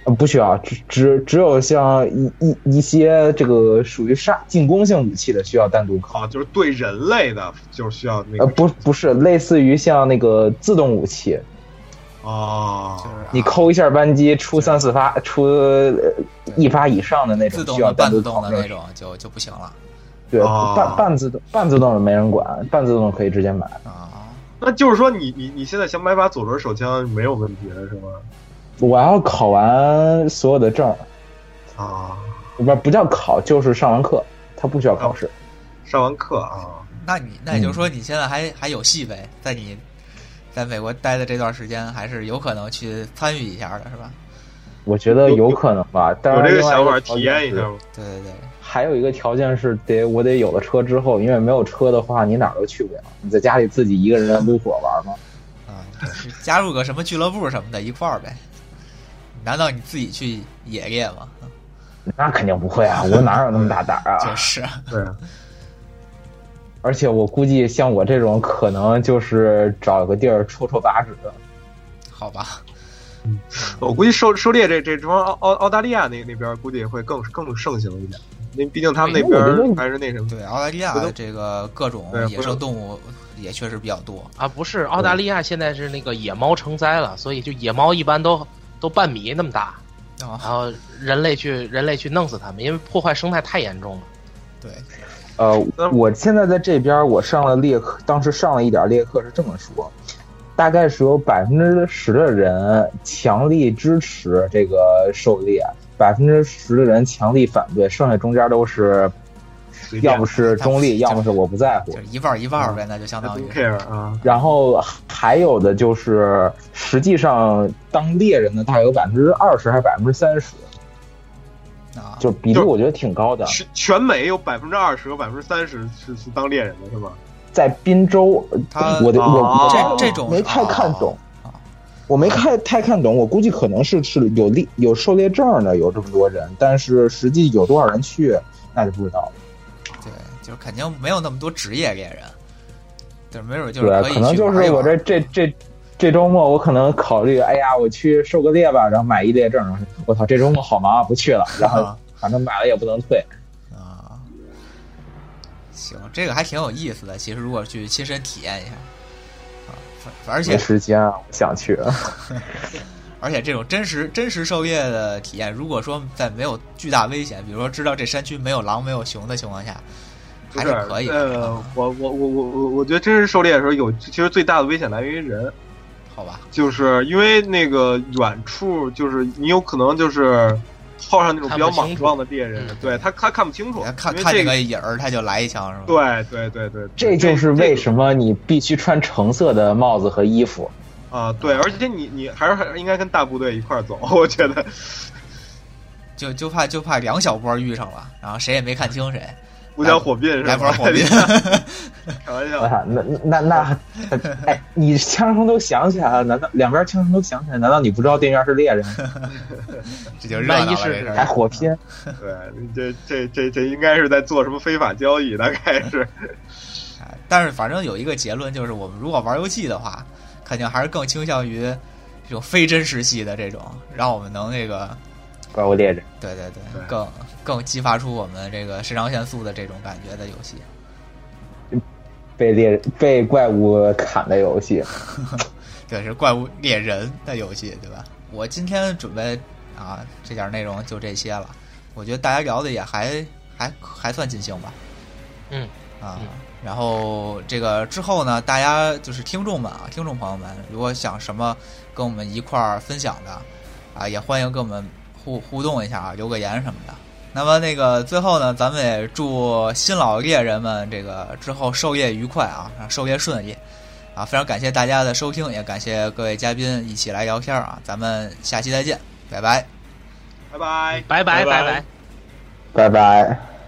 C: 不需要，只只只有像一一一些这个属于杀进攻性武器的需要单独考，
B: 啊，就是对人类的就是需要那个。
C: 呃，不不是，类似于像那个自动武器。
B: 哦，
C: 你扣一下扳机出三四发，出一发以上的那种需要单独
A: 考的那种就就不行了。
C: 对，半半自动半自动的没人管，半自动可以直接买
B: 啊。那就是说你，你你你现在想买把左轮手枪没有问题是吗？
C: 我要考完所有的证
B: 啊，
C: 不不叫考，就是上完课，他不需要考试。啊、
B: 上完课啊，
A: 那你那也就是说你现在还、嗯、还有戏呗，在你在美国待的这段时间，还是有可能去参与一下的，是吧？
C: 我觉得有可能吧，但是
B: 有这个想法体验一下吗？
A: 对对对。
C: 还有一个条件是得我得有了车之后，因为没有车的话，你哪儿都去不了。你在家里自己一个人撸火玩吗？
A: 啊，加入个什么俱乐部什么的一块儿呗。难道你自己去野猎吗？
C: 那肯定不会啊，我哪有那么大胆啊？
A: 就是，
B: 对。
C: 而且我估计像我这种，可能就是找个地儿抽抽靶纸。
A: 好吧。
B: 嗯，我估计狩狩猎这这帮澳澳澳大利亚那那边估计会更更盛行一点。那毕竟他们那边还是那什么，
A: 对澳大利亚的这个各种野生动物也确实比较多
E: 啊。不是，澳大利亚现在是那个野猫成灾了，所以就野猫一般都都半米那么大，
A: 然
E: 后人类去人类去弄死它们，因为破坏生态太严重了。
A: 对，
C: 呃，我现在在这边，我上了猎课，当时上了一点猎课是这么说，大概是有百分之十的人强力支持这个狩猎。百分之十的人强力反对，剩下中间都是，要不是中立，要么是我不在乎，
A: 就是一半一半呗，那就相当于。
B: 啊。
C: 然后还有的就是，实际上当猎人的大概有百分之二十还是百分之三十，
A: 啊，
C: 就比例我觉得挺高的。
B: 全美有百分之二十和百分之三十是是当猎人的是吧？
C: 在滨州，我的我
A: 这这种
C: 没太看懂。我没看太看懂，我估计可能是是有猎有狩猎证的有这么多人，但是实际有多少人去那就不知道了。
A: 对，就是肯定没有那么多职业猎人，就是没准就是可以去
C: 对，可能就是我这这这这周末我可能考虑，哎呀，我去狩个猎吧，然后买一猎证，我操，这周末好忙啊，不去了，然后反正买了也不能退。
A: 啊，行，这个还挺有意思的，其实如果去亲身体验一下。而且
C: 没时间啊，我想去。
A: 而且这种真实真实狩猎的体验，如果说在没有巨大危险，比如说知道这山区没有狼没有熊的情况下，还是可以的。
B: 呃，我我我我我我觉得真实狩猎的时候有，其实最大的危险来源于人。
A: 好吧，
B: 就是因为那个远处，就是你有可能就是套上那种比较莽撞的猎人，对他他看不清楚，
A: 看看这个影儿他就来一枪是吧？
B: 对对对对，
C: 这就是为什么你必须穿橙色的帽子和衣服
B: 啊！对，而且你你还是还应该跟大部队一块走，我觉得，
A: 就就怕就怕两小波遇上了，然后谁也没看清谁，
B: 互相火并是吧？
A: 来波火并，
B: 开玩笑。
C: 那那那，哎，你枪声都响起来了，难道两边枪声都响起来？难道你不知道对面是猎人？
A: 这就热闹了，这
C: 还火拼。
B: 对，这这这这应该是在做什么非法交易，大概是。
A: 但是反正有一个结论，就是我们如果玩游戏的话，肯定还是更倾向于这种非真实系的这种，让我们能那个。
C: 怪物猎人，
A: 对对对，更更激发出我们这个肾上腺素的这种感觉的游戏，
C: 被猎被怪物砍的游戏，
A: 对，是怪物猎人的游戏，对吧？我今天准备啊，这点内容就这些了，我觉得大家聊的也还还还算尽兴吧，
E: 嗯
A: 啊，然后这个之后呢，大家就是听众们啊，听众朋友们，如果想什么跟我们一块儿分享的啊，也欢迎跟我们。互互动一下啊，留个言什么的。那么那个最后呢，咱们也祝新老猎人们这个之后狩猎愉快啊，狩猎顺利啊！非常感谢大家的收听，也感谢各位嘉宾一起来聊天啊！咱们下期再见，拜拜，
B: 拜拜，
E: 拜拜，拜拜，
C: 拜拜。